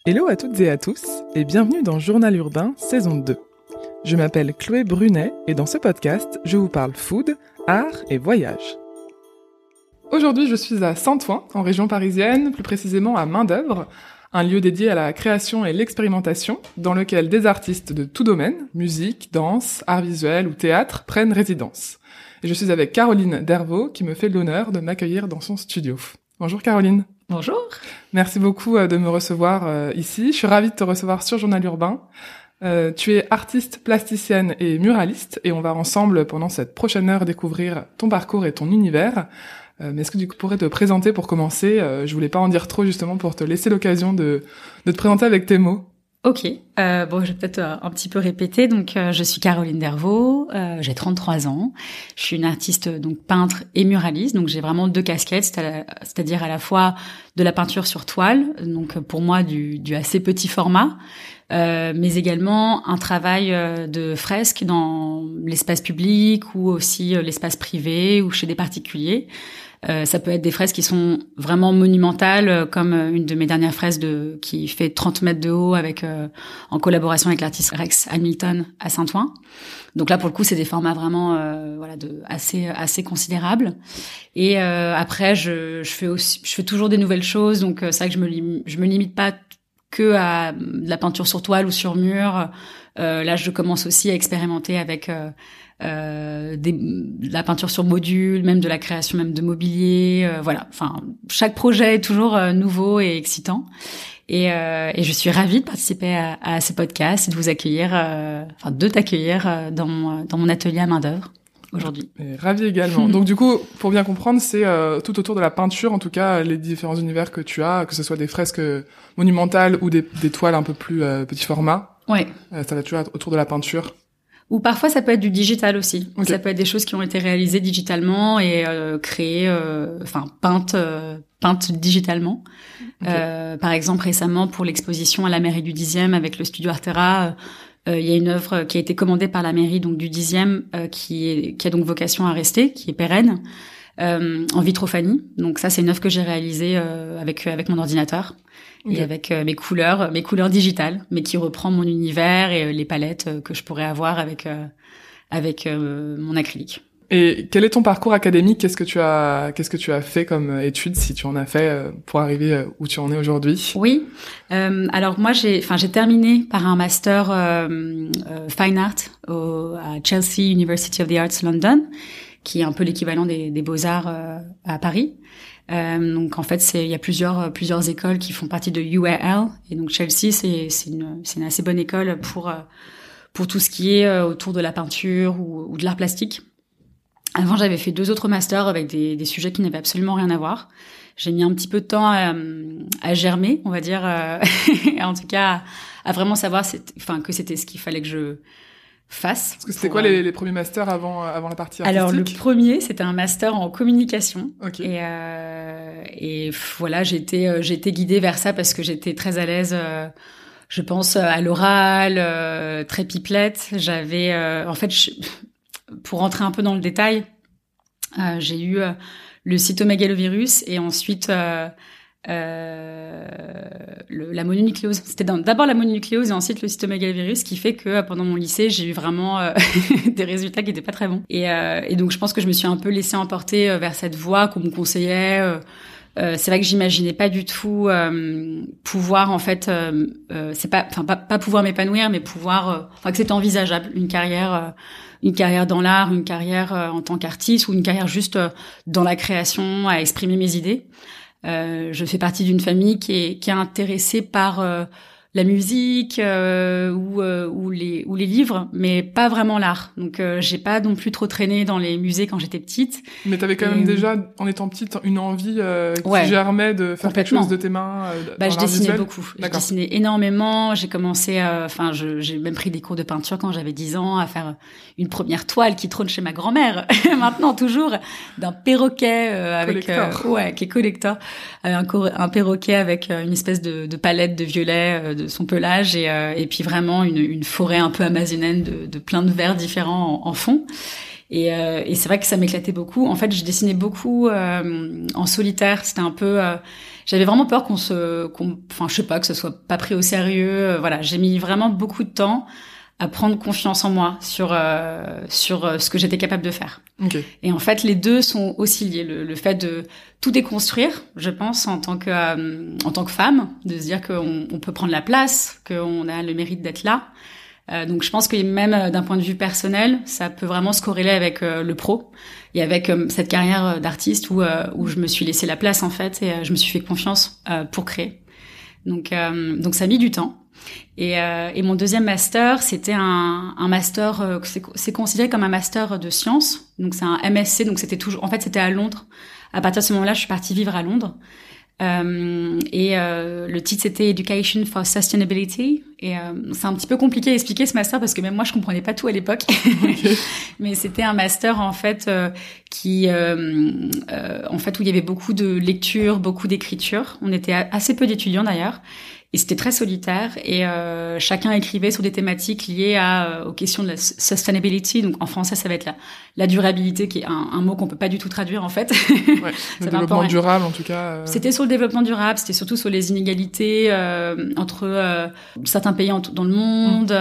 Hello à toutes et à tous et bienvenue dans Journal Urbain saison 2. Je m'appelle Chloé Brunet et dans ce podcast, je vous parle food, art et voyage. Aujourd'hui, je suis à Saint-Ouen, en région parisienne, plus précisément à Main-d'œuvre, un lieu dédié à la création et l'expérimentation dans lequel des artistes de tout domaine, musique, danse, art visuel ou théâtre, prennent résidence. Et je suis avec Caroline Dervaux qui me fait l'honneur de m'accueillir dans son studio. Bonjour Caroline. Bonjour. Merci beaucoup de me recevoir ici. Je suis ravie de te recevoir sur Journal Urbain. Tu es artiste, plasticienne et muraliste et on va ensemble pendant cette prochaine heure découvrir ton parcours et ton univers. Mais est-ce que tu pourrais te présenter pour commencer ? Je voulais pas en dire trop justement pour te laisser l'occasion de te présenter avec tes mots. Ok, bon, je vais peut-être un petit peu répéter. Donc, je suis Caroline Dervaux, j'ai 33 ans. Je suis une artiste donc peintre et muraliste. Donc, j'ai vraiment deux casquettes, c'est-à-dire à la fois de la peinture sur toile, donc pour moi du assez petit format, mais également un travail de fresque dans l'espace public ou aussi l'espace privé ou chez des particuliers. Ça peut être des fresques qui sont vraiment monumentales, comme une de mes dernières fresques qui fait 30 mètres de haut avec en collaboration avec l'artiste Rex Hamilton à Saint-Ouen. Donc là, pour le coup, c'est des formats vraiment assez considérables. Et après, je fais toujours des nouvelles choses. Donc c'est vrai que je me limite pas que à de la peinture sur toile ou sur mur. Là, je commence aussi à expérimenter avec de la peinture sur module, même de la création même de mobilier, voilà. Enfin, chaque projet est toujours nouveau et excitant. Et je suis ravie de participer à ces podcasts et de vous accueillir, de t'accueillir dans mon atelier à Main-d'œuvre aujourd'hui. Et ravie également. Donc du coup, pour bien comprendre, c'est tout autour de la peinture, en tout cas les différents univers que tu as, que ce soit des fresques monumentales ou des toiles un peu plus petit format. Ouais. Ça va toujours être autour de la peinture. Ou parfois ça peut être du digital aussi. Okay. Ça peut être des choses qui ont été réalisées digitalement et créées, peintes digitalement. Okay. Par exemple récemment pour l'exposition à la mairie du 10e avec le studio Artera, il y a une œuvre qui a été commandée par la mairie donc du 10e qui a donc vocation à rester, qui est pérenne, en vitrophanie. Donc ça c'est une œuvre que j'ai réalisée avec mon ordinateur. Okay. Et avec mes couleurs digitales, mais qui reprend mon univers et les palettes que je pourrais avoir avec mon acrylique. Et quel est ton parcours académique ? Qu'est-ce que tu as fait comme études, si tu en as fait, pour arriver où tu en es aujourd'hui ? Oui. Alors moi j'ai terminé par un master Fine Art à Chelsea University of the Arts London, qui est un peu l'équivalent des Beaux-Arts à Paris. Donc en fait il y a plusieurs écoles qui font partie de UAL et donc Chelsea c'est une assez bonne école pour tout ce qui est autour de la peinture ou de l'art plastique. Avant j'avais fait 2 autres masters avec des sujets qui n'avaient absolument rien à voir. J'ai mis un petit peu de temps à germer, on va dire, en tout cas à vraiment savoir que c'était ce qu'il fallait que je fasse. Parce que c'était quoi les premiers masters avant la partie artistique ? Alors le premier, c'était un master en communication. Okay. Et voilà, j'ai été guidée vers ça parce que j'étais très à l'aise, je pense, à l'oral, très pipelette. J'avais, pour rentrer un peu dans le détail, j'ai eu le cytomégalovirus et ensuite la mononucléose. C'était d'abord la mononucléose et ensuite le cytomégalovirus, qui fait que pendant mon lycée, j'ai eu vraiment des résultats qui étaient pas très bons. Et donc je pense que je me suis un peu laissée emporter vers cette voie qu'on me conseillait. C'est vrai que j'imaginais pas du tout pouvoir en fait, c'est pas pouvoir m'épanouir, mais pouvoir, que c'était envisageable une carrière dans l'art, une carrière en tant qu'artiste ou une carrière juste dans la création, à exprimer mes idées. Je fais partie d'une famille qui est intéressée par la musique ou les livres, mais pas vraiment l'art. Donc j'ai pas non plus trop traîné dans les musées quand j'étais petite. Mais t'avais quand même déjà, en étant petite, une envie qui germait de faire quelque chose de tes mains. Je dessinais beaucoup. D'accord. Je dessinais énormément. J'ai commencé, j'ai même pris des cours de peinture quand j'avais 10 ans, à faire une première toile qui trône chez ma grand-mère. Maintenant toujours, d'un perroquet avec qui est collector, un perroquet avec une espèce de palette de violet. De son pelage et puis vraiment une forêt un peu amazonienne de plein de vers différents en fond. Et c'est vrai que ça m'éclatait beaucoup. En fait, je dessinais beaucoup en solitaire. C'était un peu j'avais vraiment peur enfin je sais pas, que ce soit pas pris au sérieux. Voilà, j'ai mis vraiment beaucoup de temps à prendre confiance en moi sur ce que j'étais capable de faire. Okay. Et en fait, les deux sont aussi liés. Le fait de tout déconstruire, je pense, en tant que femme, de se dire qu'on peut prendre la place, qu'on a le mérite d'être là. Donc, je pense que même d'un point de vue personnel, ça peut vraiment se corréler avec le pro et avec cette carrière d'artiste où je me suis laissé la place en fait et je me suis fait confiance pour créer. Donc, ça a mis du temps. Et mon deuxième master, c'était un master, c'est considéré comme un master de sciences. Donc c'est un MSc, donc c'était à Londres. À partir de ce moment-là, je suis partie vivre à Londres. Le titre c'était Education for Sustainability. Et c'est un petit peu compliqué à expliquer ce master parce que même moi je comprenais pas tout à l'époque. Okay. Mais c'était un master en fait où il y avait beaucoup de lecture, beaucoup d'écriture. On était assez peu d'étudiants d'ailleurs. Et c'était très solitaire et chacun écrivait sur des thématiques liées aux questions de la sustainability. Donc en français, ça va être la durabilité, qui est un mot qu'on peut pas du tout traduire en fait. Ouais, le développement durable en tout cas. C'était sur le développement durable, c'était surtout sur les inégalités entre certains pays dans le monde.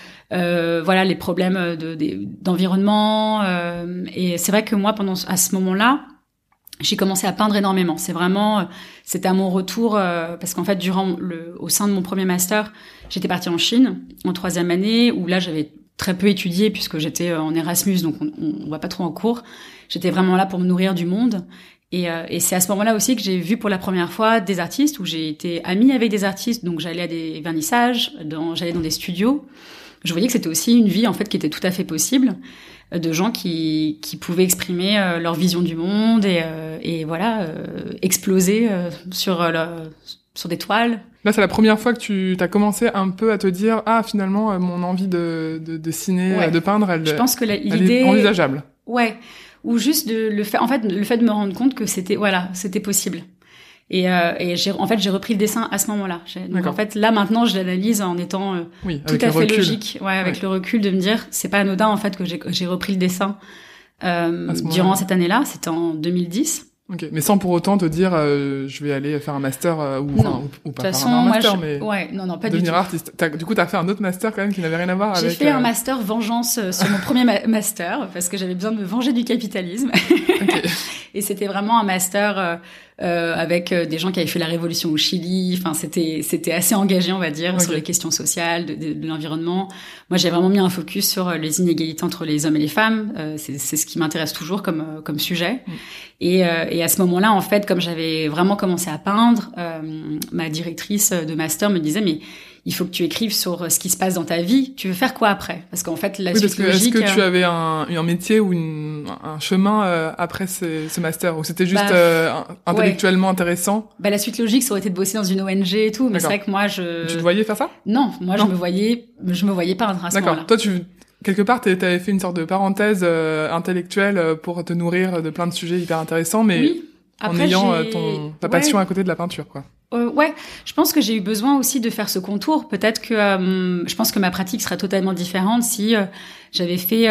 Voilà, les problèmes d'environnement. Et c'est vrai que moi, à ce moment-là, j'ai commencé à peindre énormément. C'était à mon retour, parce qu'en fait, au sein de mon premier master, j'étais partie en Chine, en 3e année, où là, j'avais très peu étudié, puisque j'étais en Erasmus, donc on va pas trop en cours. J'étais vraiment là pour me nourrir du monde. Et c'est à ce moment-là aussi que j'ai vu pour la première fois des artistes, où j'ai été amie avec des artistes, donc j'allais à des vernissages, j'allais dans des studios. Je voyais que c'était aussi une vie, en fait, qui était tout à fait possible, de gens qui pouvaient exprimer leur vision du monde et voilà, exploser sur des toiles. Là, c'est la première fois que tu as commencé un peu à te dire finalement mon envie de dessiner, ouais. De peindre, je pense que l'idée elle est envisageable. Ouais, ou juste le fait de me rendre compte que c'était possible. Et j'ai repris le dessin à ce moment-là. Donc en fait là maintenant je l'analyse en étant tout à fait logique, avec le recul de me dire c'est pas anodin en fait que j'ai repris le dessin durant cette année-là, c'était en 2010. Ok, mais sans pour autant te dire je vais aller faire un master ou pas faire un master, mais non, pas devenir du tout. artiste. Du coup, t'as fait un autre master quand même qui n'avait rien à voir avec. J'ai fait un master vengeance sur mon premier master parce que j'avais besoin de me venger du capitalisme. Okay. Et c'était vraiment un master avec des gens qui avaient fait la révolution au Chili. Enfin, c'était assez engagé, on va dire, sur les questions sociales, de l'environnement. Moi, j'ai vraiment mis un focus sur les inégalités entre les hommes et les femmes. C'est ce qui m'intéresse toujours comme sujet. Et à ce moment-là, en fait, comme j'avais vraiment commencé à peindre, ma directrice de master me disait mais il faut que tu écrives sur ce qui se passe dans ta vie. Tu veux faire quoi après? Parce qu'en fait, la suite logique... Est-ce que tu avais un métier ou un chemin après ce master? Ou c'était juste intellectuellement intéressant? La suite logique, ça aurait été de bosser dans une ONG et tout. Mais c'est vrai que moi, Tu te voyais faire ça? Non, moi, je me voyais peindre à ce moment-là. Toi, quelque part, t'avais fait une sorte de parenthèse intellectuelle pour te nourrir de plein de sujets hyper intéressants, mais oui. Après, en ayant ta passion à côté de la peinture, quoi. Ouais, je pense que j'ai eu besoin aussi de faire ce contour. Peut-être que je pense que ma pratique serait totalement différente si j'avais fait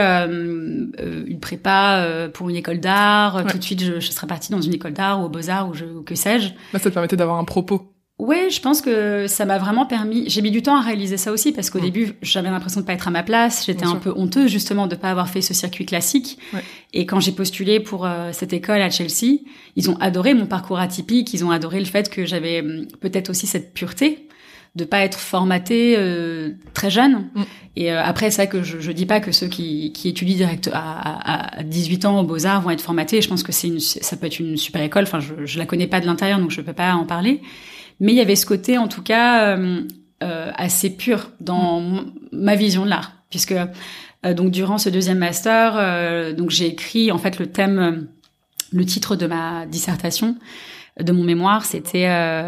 une prépa pour une école d'art. Tout de suite, je serais partie dans une école d'art ou aux Beaux-Arts ou que sais-je. Là, ça te permettait d'avoir un propos. Ouais, je pense que ça m'a vraiment permis. J'ai mis du temps à réaliser ça aussi parce qu'au début, j'avais l'impression de pas être à ma place. J'étais un peu honteuse justement de pas avoir fait ce circuit classique. Ouais. Et quand j'ai postulé pour cette école à Chelsea, ils ont adoré mon parcours atypique. Ils ont adoré le fait que j'avais peut-être aussi cette pureté de pas être formatée très jeune. Et après, c'est vrai que je dis pas que ceux qui étudient direct à 18 ans aux Beaux-Arts vont être formatés. Je pense que ça peut être une super école. Enfin, je la connais pas de l'intérieur, donc je peux pas en parler. Mais il y avait ce côté, en tout cas, assez pur dans ma vision de l'art, puisque donc durant ce deuxième master, donc j'ai écrit en fait le titre de ma dissertation, de mon mémoire, c'était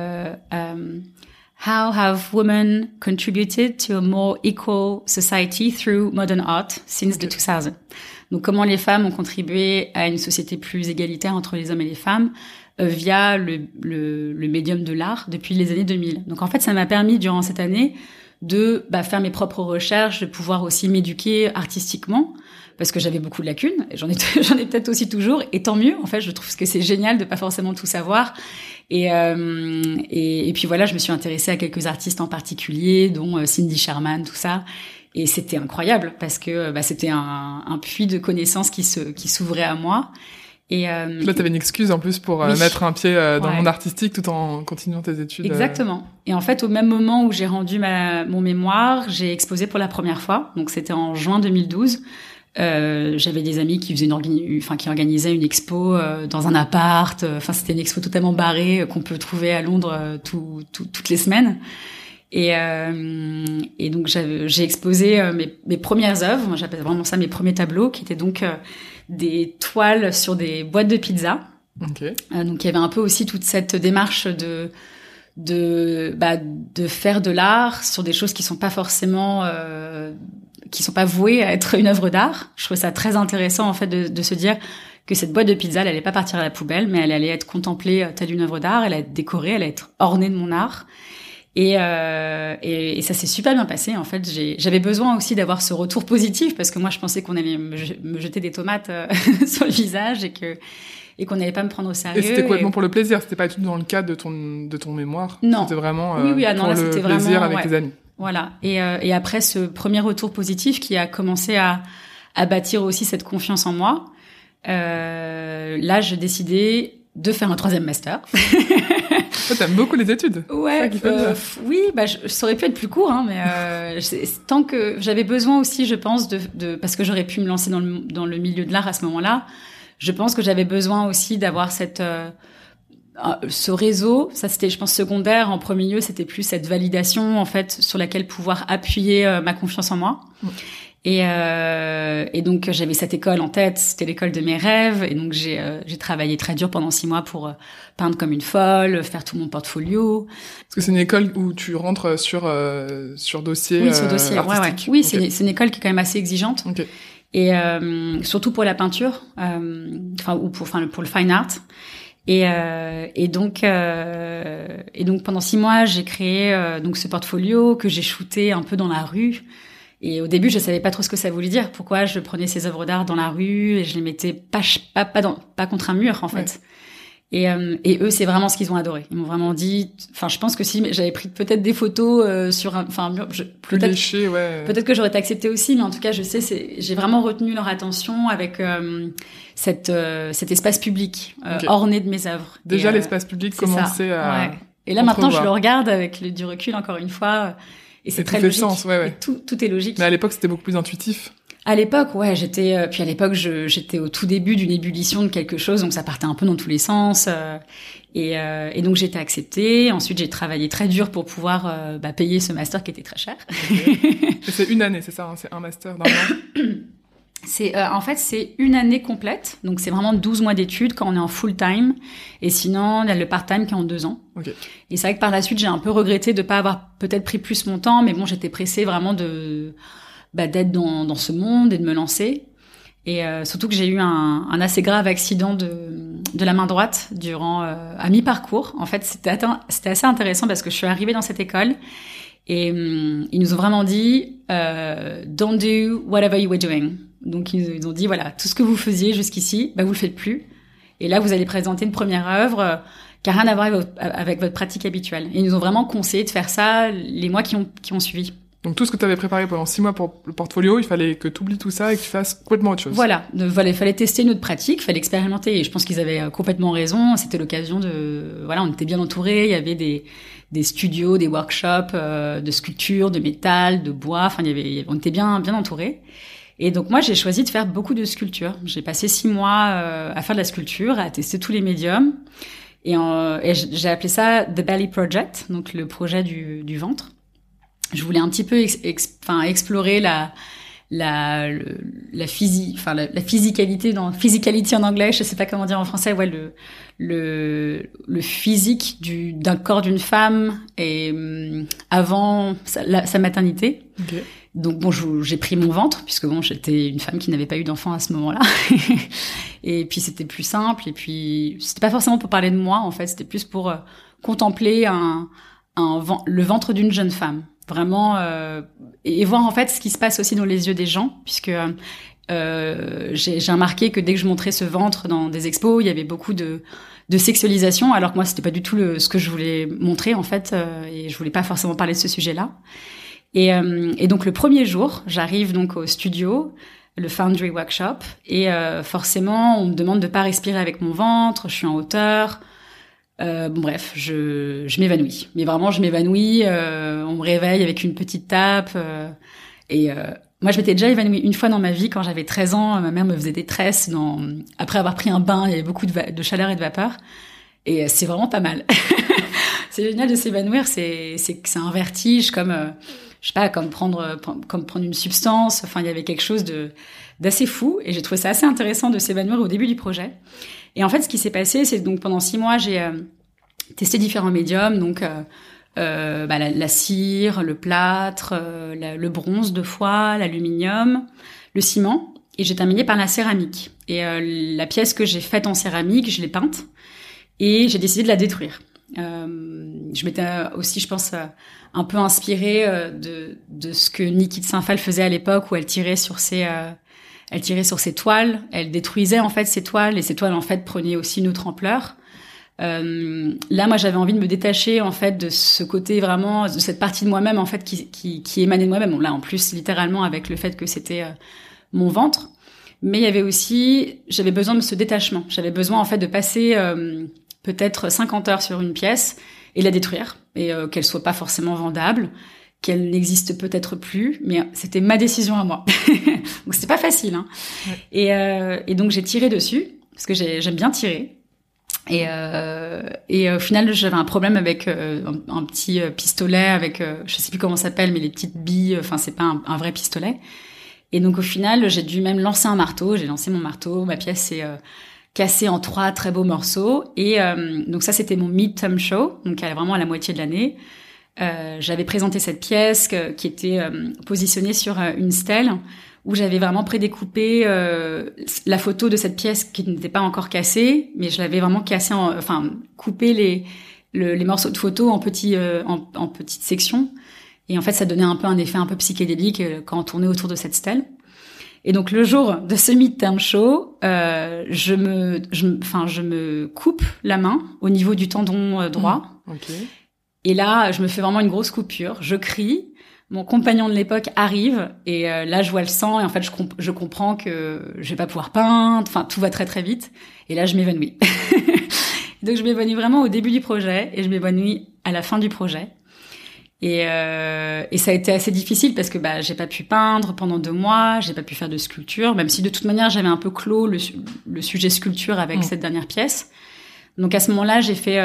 How have women contributed to a more equal society through modern art since the 2000? Donc comment les femmes ont contribué à une société plus égalitaire entre les hommes et les femmes via le médium de l'art depuis les années 2000. Donc en fait, ça m'a permis durant cette année de faire mes propres recherches, de pouvoir aussi m'éduquer artistiquement parce que j'avais beaucoup de lacunes, et j'en ai peut-être aussi toujours, et tant mieux. En fait, je trouve que c'est génial de pas forcément tout savoir. Et puis voilà, je me suis intéressée à quelques artistes en particulier, dont Cindy Sherman, tout ça. Et c'était incroyable parce que c'était un puits de connaissances qui s'ouvrait à moi. Et là, t'avais une excuse en plus pour oui. mettre un pied dans le monde artistique tout en continuant tes études. Exactement. Et en fait, au même moment où j'ai rendu mon mémoire, j'ai exposé pour la première fois. Donc c'était en juin 2012. J'avais des amis qui faisaient qui organisaient une expo dans un appart. Enfin, c'était une expo totalement barrée qu'on peut trouver à Londres toutes les semaines. Et donc j'ai exposé mes premières œuvres. Moi, j'appelle vraiment ça mes premiers tableaux, qui étaient donc des toiles sur des boîtes de pizza. Okay. Donc il y avait un peu aussi toute cette démarche de faire de l'art sur des choses qui sont pas forcément qui sont pas vouées à être une œuvre d'art. Je trouvais ça très intéressant en fait de se dire que cette boîte de pizza, elle allait pas partir à la poubelle, mais elle allait être contemplée telle une œuvre d'art, elle allait être décorée, elle allait être ornée de mon art. Et ça s'est super bien passé. En fait, j'avais besoin aussi d'avoir ce retour positif parce que moi, je pensais qu'on allait me jeter des tomates sur le visage et qu'on n'allait pas me prendre au sérieux. Et c'était complètement pour le plaisir. C'était pas du tout dans le cadre de ton mémoire. Non. C'était vraiment pour le plaisir avec tes amis. Voilà. Et après ce premier retour positif qui a commencé à bâtir aussi cette confiance en moi, là, j'ai décidé de faire un 3e master. Toi, t'aimes beaucoup les études. Ouais. Oui, ça aurait pu être plus court, hein, mais tant que j'avais besoin aussi, je pense, de parce que j'aurais pu me lancer dans le milieu de l'art à ce moment-là. Je pense que j'avais besoin aussi d'avoir ce réseau. Ça, c'était, je pense, secondaire. En premier lieu, c'était plus cette validation, en fait, sur laquelle pouvoir appuyer ma confiance en moi. Et donc j'avais cette école en tête, c'était l'école de mes rêves, et donc j'ai travaillé très dur pendant 6 mois pour peindre comme une folle, faire tout mon portfolio. Parce que c'est une école où tu rentres sur dossier. Oui, sur dossier. Artistique. Ouais. Oui, okay. c'est une école qui est quand même assez exigeante. Okay. Et surtout pour la peinture, pour le fine art. Et donc pendant 6 mois, j'ai créé donc ce portfolio que j'ai shooté un peu dans la rue. Et au début, je savais pas trop ce que ça voulait dire. Pourquoi je prenais ces œuvres d'art dans la rue et je les mettais pas contre un mur, en fait. Ouais. Et eux, c'est vraiment ce qu'ils ont adoré. Ils m'ont vraiment dit, enfin, je pense que si j'avais pris peut-être des photos sur un mur, peut-être que j'aurais été acceptée aussi, mais en tout cas, j'ai vraiment retenu leur attention avec cet espace public orné de mes œuvres. Déjà, l'espace public commençait à. Ouais. Et là, maintenant, je le regarde avec du recul, encore une fois. Et c'est très logique. Sens, ouais. Tout est logique. Mais à l'époque, c'était beaucoup plus intuitif. À l'époque, ouais, j'étais au tout début d'une ébullition de quelque chose, donc ça partait un peu dans tous les sens. Et donc j'ai été acceptée. Ensuite, j'ai travaillé très dur pour pouvoir payer ce master qui était très cher. Okay. Et c'est une année, c'est ça, hein, c'est un master d'un an. En fait, c'est une année complète. Donc, c'est vraiment 12 mois d'études quand on est en full-time. Et sinon, il y a le part-time qui est en 2 ans. Okay. Et c'est vrai que par la suite, j'ai un peu regretté de pas avoir peut-être pris plus mon temps. Mais bon, j'étais pressée vraiment d'être dans ce monde et de me lancer. Et surtout que j'ai eu un assez grave accident de la main droite à mi-parcours. En fait, c'était assez intéressant parce que je suis arrivée dans cette école et ils nous ont vraiment dit don't do whatever you were doing. Donc ils ont dit voilà, tout ce que vous faisiez jusqu'ici, vous le faites plus. Et là vous allez présenter une première œuvre qui a rien à voir avec votre pratique habituelle. Et ils nous ont vraiment conseillé de faire ça les mois qui ont suivi. Donc tout ce que tu avais préparé pendant 6 mois pour le portfolio, il fallait que tu oublies tout ça et que tu fasses complètement autre chose. Voilà, il fallait tester notre pratique, il fallait expérimenter. Et je pense qu'ils avaient complètement raison. C'était l'occasion on était bien entourés. Il y avait des studios, des workshops de sculpture, de métal, de bois. Enfin, on était bien entourés. Et donc moi, j'ai choisi de faire beaucoup de sculpture. J'ai passé 6 mois à faire de la sculpture, à tester tous les médiums. Et j'ai appelé ça The Belly Project, donc le projet du ventre. Je voulais un petit peu explorer la physicalité physicality en anglais, je sais pas comment dire en français, le physique d'un corps d'une femme et avant sa maternité. Okay. Donc bon, j'ai pris mon ventre puisque bon, j'étais une femme qui n'avait pas eu d'enfant à ce moment-là. Et puis c'était plus simple et puis c'était pas forcément pour parler de moi en fait, c'était plus pour contempler le ventre d'une jeune femme. Vraiment et voir en fait ce qui se passe aussi dans les yeux des gens puisque j'ai remarqué que dès que je montrais ce ventre dans des expos, il y avait beaucoup de sexualisation, alors que moi c'était pas du tout ce que je voulais montrer en fait, et je voulais pas forcément parler de ce sujet-là. Et donc le premier jour, j'arrive donc au studio, le Foundry Workshop, et forcément on me demande de pas respirer avec mon ventre, je suis en hauteur. Bon bref, je m'évanouis. Mais vraiment je m'évanouis, on me réveille avec une petite tape, moi, je m'étais déjà évanouie une fois dans ma vie quand j'avais 13 ans. Ma mère me faisait des tresses après avoir pris un bain. Il y avait beaucoup de chaleur et de vapeur. Et c'est vraiment pas mal. C'est génial de s'évanouir. C'est un vertige comme, je sais pas, comme prendre une substance. Enfin, il y avait quelque chose d'assez fou. Et j'ai trouvé ça assez intéressant de s'évanouir au début du projet. Et en fait, ce qui s'est passé, c'est donc pendant 6 mois, j'ai testé différents médiums. Donc, la cire, le plâtre, le bronze 2 fois, l'aluminium, le ciment, et j'ai terminé par la céramique. Et la pièce que j'ai faite en céramique, je l'ai peinte et j'ai décidé de la détruire. Je m'étais aussi, je pense, un peu inspirée de ce que Niki de Saint-Phal faisait à l'époque, où elle tirait sur ses toiles, elle détruisait en fait ses toiles, et ses toiles en fait prenaient aussi une autre ampleur. Là, moi, j'avais envie de me détacher en fait de ce côté vraiment, de cette partie de moi-même en fait qui émanait de moi-même. Bon, là, en plus, littéralement avec le fait que c'était mon ventre, mais il y avait aussi, j'avais besoin de ce détachement. J'avais besoin en fait de passer peut-être 50 heures sur une pièce et la détruire, et qu'elle soit pas forcément vendable, qu'elle n'existe peut-être plus, mais c'était ma décision à moi. Donc c'était pas facile, hein. Ouais. Et donc j'ai tiré dessus parce que j'aime bien tirer. Et au final, j'avais un problème avec un petit pistolet avec, je sais plus comment ça s'appelle, mais les petites billes. Enfin, c'est pas un vrai pistolet. Et donc au final, j'ai dû même lancer un marteau. J'ai lancé mon marteau. Ma pièce s'est cassée en 3 très beaux morceaux. Et donc ça, c'était mon midterm show, donc vraiment à la moitié de l'année. J'avais présenté cette pièce qui était positionnée sur une stèle, où j'avais vraiment prédécoupé la photo de cette pièce qui n'était pas encore cassée, mais je l'avais vraiment cassée, coupé les morceaux de photo en petites sections. Et en fait, ça donnait un peu un effet un peu psychédélique quand on tournait autour de cette stèle. Et donc le jour de ce midterm show, je me coupe la main au niveau du tendon droit. Okay. Et là, je me fais vraiment une grosse coupure. Je crie. Mon compagnon de l'époque arrive et là je vois le sang et en fait je comprends que je vais pas pouvoir peindre, enfin tout va très très vite et là je m'évanouis. Donc je m'évanouis vraiment au début du projet et je m'évanouis à la fin du projet. Et ça a été assez difficile parce que j'ai pas pu peindre pendant 2 mois, j'ai pas pu faire de sculpture, même si de toute manière j'avais un peu clos le sujet sculpture avec cette dernière pièce. Donc à ce moment-là, j'ai fait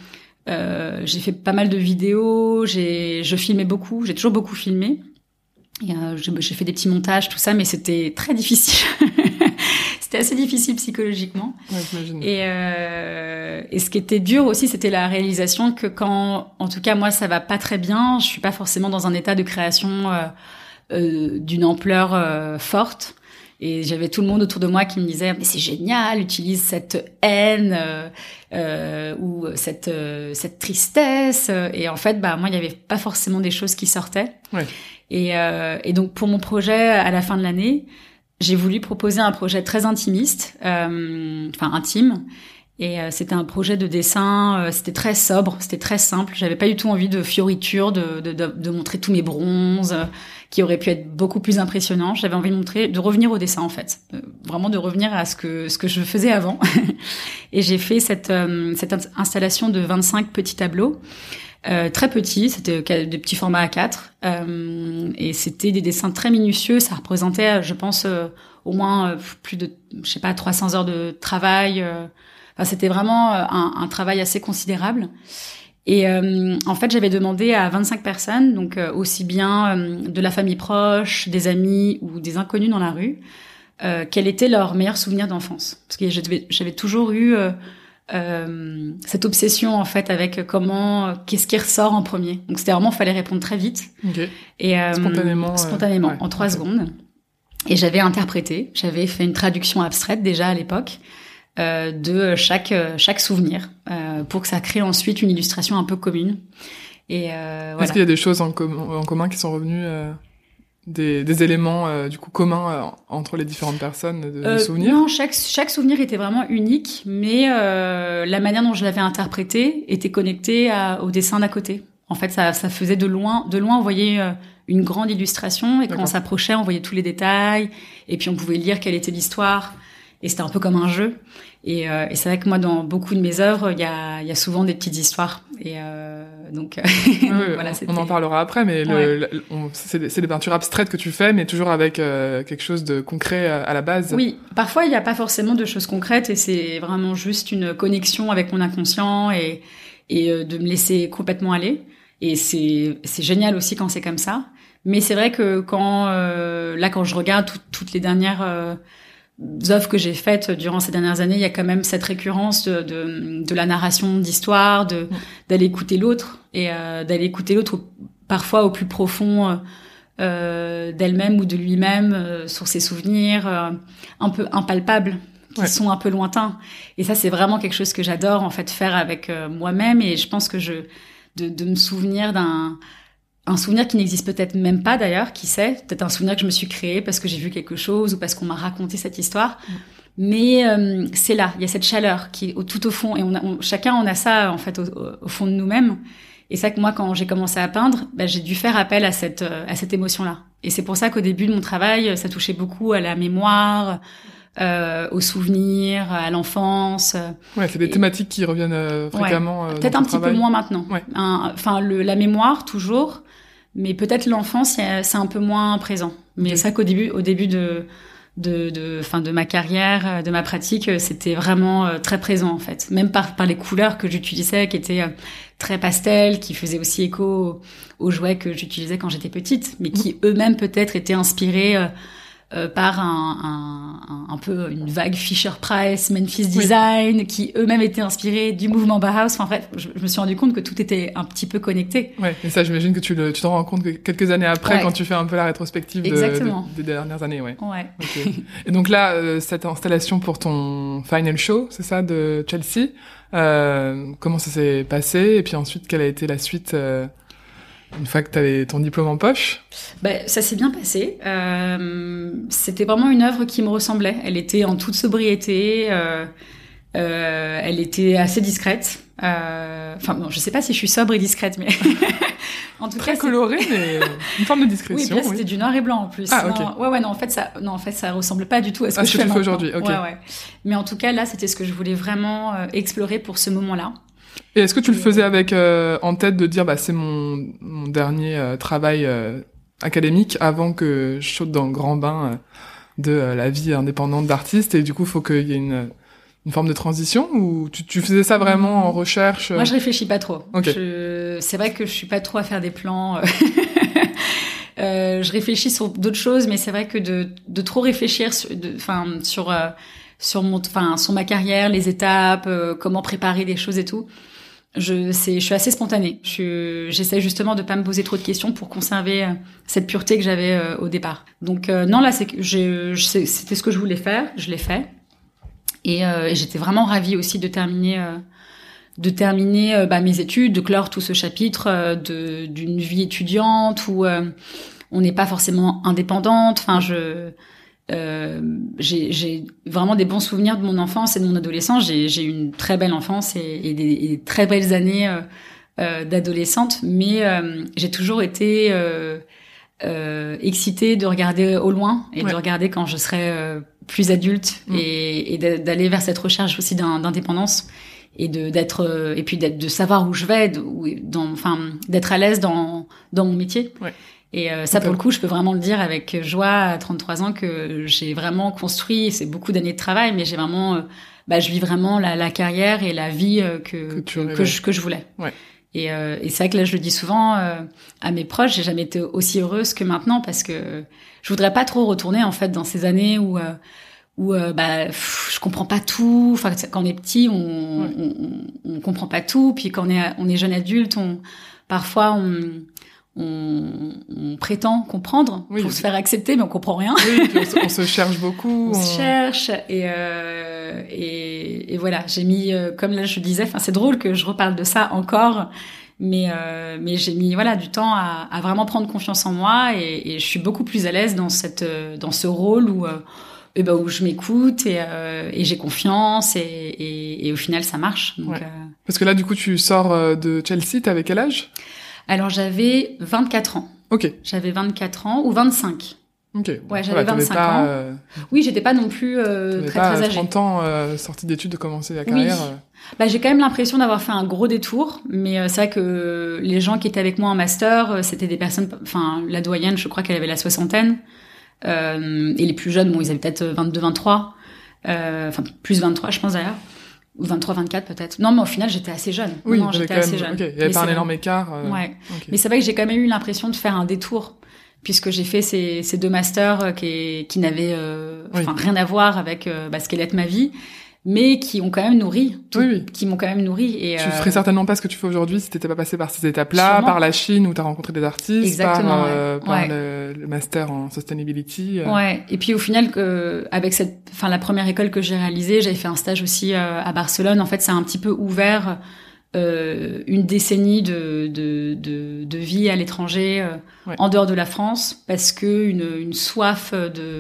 pas mal de vidéos, je filmais beaucoup, j'ai toujours beaucoup filmé. Et j'ai fait des petits montages, tout ça, mais c'était très difficile. C'était assez difficile psychologiquement. Ouais, j'imagine. Et ce qui était dur aussi, c'était la réalisation que quand, en tout cas moi, ça va pas très bien, je suis pas forcément dans un état de création d'une ampleur forte. Et j'avais tout le monde autour de moi qui me disait mais c'est génial, utilise cette haine ou cette tristesse. Et en fait, moi, il y avait pas forcément des choses qui sortaient. Ouais. Et donc pour mon projet à la fin de l'année, j'ai voulu proposer un projet très intimiste, intime. Et c'était un projet de dessin, c'était très sobre, c'était très simple. J'avais pas du tout envie de fioritures, de montrer tous mes bronzes, qui auraient pu être beaucoup plus impressionnants. J'avais envie de revenir au dessin en fait, vraiment de revenir à ce que je faisais avant. Et j'ai fait cette installation de 25 petits tableaux, très petits, c'était des petits formats A4, et c'était des dessins très minutieux. Ça représentait, je pense, au moins plus de, 300 heures de travail. C'était vraiment un travail assez considérable. Et en fait, j'avais demandé à 25 personnes, donc aussi bien de la famille proche, des amis ou des inconnus dans la rue, quel était leur meilleur souvenir d'enfance. Parce que j'avais toujours eu cette obsession en fait avec qu'est-ce qui ressort en premier. Donc c'était vraiment, fallait répondre très vite. Okay. Et spontanément, ouais, en 3 secondes. Et j'avais fait une traduction abstraite déjà à l'époque. De chaque souvenir pour que ça crée ensuite une illustration un peu commune. Et voilà. Est-ce qu'il y a des choses en commun qui sont revenues des éléments du coup communs entre les différentes personnes de souvenirs? Non, chaque souvenir était vraiment unique, mais la manière dont je l'avais interprété était connectée au dessin d'à côté. En fait, ça faisait de loin, on voyait une grande illustration, et quand on s'approchait, on voyait tous les détails, et puis on pouvait lire quelle était l'histoire, et c'était un peu comme un jeu. Et c'est vrai que moi, dans beaucoup de mes œuvres, il y a souvent des petites histoires, et donc voilà. On en parlera après, mais c'est des peintures abstraites que tu fais, mais toujours avec quelque chose de concret à la base. Oui, parfois il n'y a pas forcément de choses concrètes, et c'est vraiment juste une connexion avec mon inconscient et de me laisser complètement aller. Et c'est génial aussi quand c'est comme ça. Mais c'est vrai que quand je regarde toutes les dernières œuvres que j'ai faites durant ces dernières années, il y a quand même cette récurrence de la narration d'histoire, d'aller écouter l'autre, et d'aller écouter l'autre parfois au plus profond d'elle-même ou de lui-même, sur ses souvenirs un peu impalpables, qui sont un peu lointains. Et ça, c'est vraiment quelque chose que j'adore en fait faire avec moi-même. Et je pense que de me souvenir un souvenir qui n'existe peut-être même pas d'ailleurs, qui sait, peut-être un souvenir que je me suis créé parce que j'ai vu quelque chose ou parce qu'on m'a raconté cette histoire. Mais c'est là, il y a cette chaleur qui est tout au fond, et chacun on a ça en fait au fond de nous-mêmes. Et ça que moi, quand j'ai commencé à peindre, j'ai dû faire appel à cette émotion-là. Et c'est pour ça qu'au début de mon travail, ça touchait beaucoup à la mémoire, aux souvenirs, à l'enfance. Ouais, c'est des thématiques qui reviennent fréquemment. Peut-être un petit peu moins maintenant. Ouais. La mémoire toujours, mais peut-être l'enfance, c'est un peu moins présent. Mais ça qu'au début de ma carrière, de ma pratique, c'était vraiment très présent en fait. Même par les couleurs que j'utilisais, qui étaient très pastel, qui faisaient aussi écho aux jouets que j'utilisais quand j'étais petite, mais qui eux-mêmes peut-être étaient inspirés par un peu une vague Fisher-Price, Memphis Design, qui eux-mêmes étaient inspirés du mouvement Bauhaus. Enfin bref, je me suis rendu compte que tout était un petit peu connecté. Ouais, et ça, j'imagine que tu t'en rends compte quelques années après, quand tu fais un peu la rétrospective des dernières années. Ouais. Okay. Et donc là, cette installation pour ton final show, c'est ça, de Chelsea, comment ça s'est passé? Et puis ensuite, quelle a été la suite une fois que tu avais ton diplôme en poche? Ça s'est bien passé. C'était vraiment une œuvre qui me ressemblait. Elle était en toute sobriété. Elle était assez discrète. Je sais pas si je suis sobre et discrète, mais en tout cas, colorée, mais une forme de discrétion. Oui, c'était du noir et blanc en plus. Ah, ok. Non, en fait, ça ressemble pas du tout à ce que tu fais aujourd'hui. Ok. Ouais. Mais en tout cas, là, c'était ce que je voulais vraiment explorer pour ce moment-là. Et est-ce que tu le faisais avec en tête de dire c'est mon dernier travail académique avant que je saute dans le grand bain de la vie indépendante d'artiste, et du coup faut qu'il y ait une forme de transition, ou tu faisais ça vraiment en recherche? Moi je réfléchis pas trop. Okay. C'est vrai que je suis pas trop à faire des plans. Je réfléchis sur d'autres choses, mais c'est vrai que de trop réfléchir sur ma carrière, les étapes, comment préparer des choses et tout. Je suis assez spontanée. J'essaie justement de pas me poser trop de questions pour conserver cette pureté que j'avais au départ. Donc non, là c'était ce que je voulais faire, je l'ai fait. Et j'étais vraiment ravie aussi de terminer mes études, de clore tout ce chapitre d'une vie étudiante où on n'est pas forcément indépendante. Enfin, j'ai vraiment des bons souvenirs de mon enfance et de mon adolescence. J'ai eu une très belle enfance et des très belles années d'adolescente, mais j'ai toujours été excitée de regarder au loin et de regarder quand je serai plus adulte et d'aller vers cette recherche aussi d'indépendance et de savoir où je vais, d'être à l'aise dans mon métier. Ouais. Et ça, pour le coup, je peux vraiment le dire avec joie à 33 ans que j'ai vraiment construit. C'est beaucoup d'années de travail, mais j'ai vraiment, je vis vraiment la carrière et la vie que je voulais. Ouais. Et c'est vrai que là, je le dis souvent à mes proches, j'ai jamais été aussi heureuse que maintenant, parce que je voudrais pas trop retourner en fait dans ces années où je comprends pas tout. Enfin, quand on est petit, on comprend pas tout. Puis quand on est jeune adulte, parfois on prétend comprendre pour se faire accepter, mais on comprend rien. Oui, on se cherche beaucoup. On se cherche et voilà. J'ai mis, comme là je disais, c'est drôle que je reparle de ça encore, Mais j'ai mis du temps à vraiment prendre confiance en moi et je suis beaucoup plus à l'aise dans ce rôle où je m'écoute et j'ai confiance et au final ça marche. Donc, Parce que là du coup tu sors de Chelsea, t'avais quel âge? Alors j'avais 24 ans. Ok. J'avais 24 ans ou 25. Ok. Ouais, j'avais 25 ans. Oui, j'étais pas non plus très âgée. 30 ans, sortie d'études, de commencer la carrière. Oui. J'ai quand même l'impression d'avoir fait un gros détour, mais c'est vrai que les gens qui étaient avec moi en master, c'était des personnes, enfin la doyenne, je crois qu'elle avait la soixantaine, et les plus jeunes, ils avaient peut-être 22, 23, enfin plus 23, je pense d'ailleurs. Ou 23, 24 peut-être. Non, mais au final, j'étais assez jeune. Oui, non, j'étais assez jeune. Okay. Il y avait pas un énorme écart. Ouais. Okay. Mais c'est vrai que j'ai quand même eu l'impression de faire un détour, puisque j'ai fait ces 2 masters qui n'avaient rien à voir avec ce qu'allait être ma vie, mais qui ont quand même nourri, qui m'ont quand même nourri. Et tu ferais certainement pas ce que tu fais aujourd'hui si t'étais pas passé par ces étapes-là, sûrement. par la Chine où t'as rencontré des artistes, exactement, par le master en sustainability. Ouais. Et puis au final, avec la première école que j'ai réalisée, j'avais fait un stage aussi à Barcelone. En fait, ça a un petit peu ouvert une décennie de vie à l'étranger, en dehors de la France, parce que une soif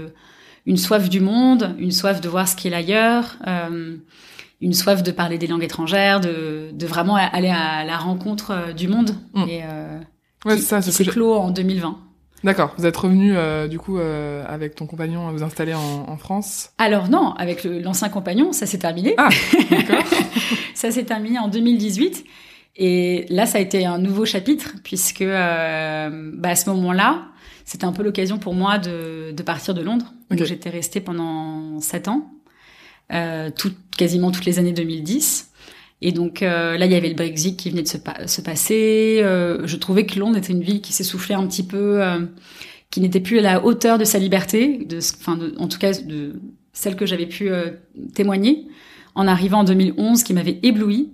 du monde, une soif de voir ce qu'il y a ailleurs, une soif de parler des langues étrangères, de vraiment aller à la rencontre du monde. Et qui s'est clos en 2020. D'accord. Vous êtes revenu du coup avec ton compagnon à vous installer en France? Alors non, avec l'ancien compagnon, ça s'est terminé. Ah, d'accord. Ça s'est terminé en 2018. Et là, ça a été un nouveau chapitre, puisque à ce moment-là, c'était un peu l'occasion pour moi de partir de Londres. Okay. Donc j'étais restée pendant 7 ans, quasiment toutes les années 2010. Et donc là, il y avait le Brexit qui venait de se passer. Je trouvais que Londres était une ville qui s'essoufflait un petit peu, qui n'était plus à la hauteur de sa liberté, en tout cas de celle que j'avais pu témoigner en arrivant en 2011, qui m'avait éblouie.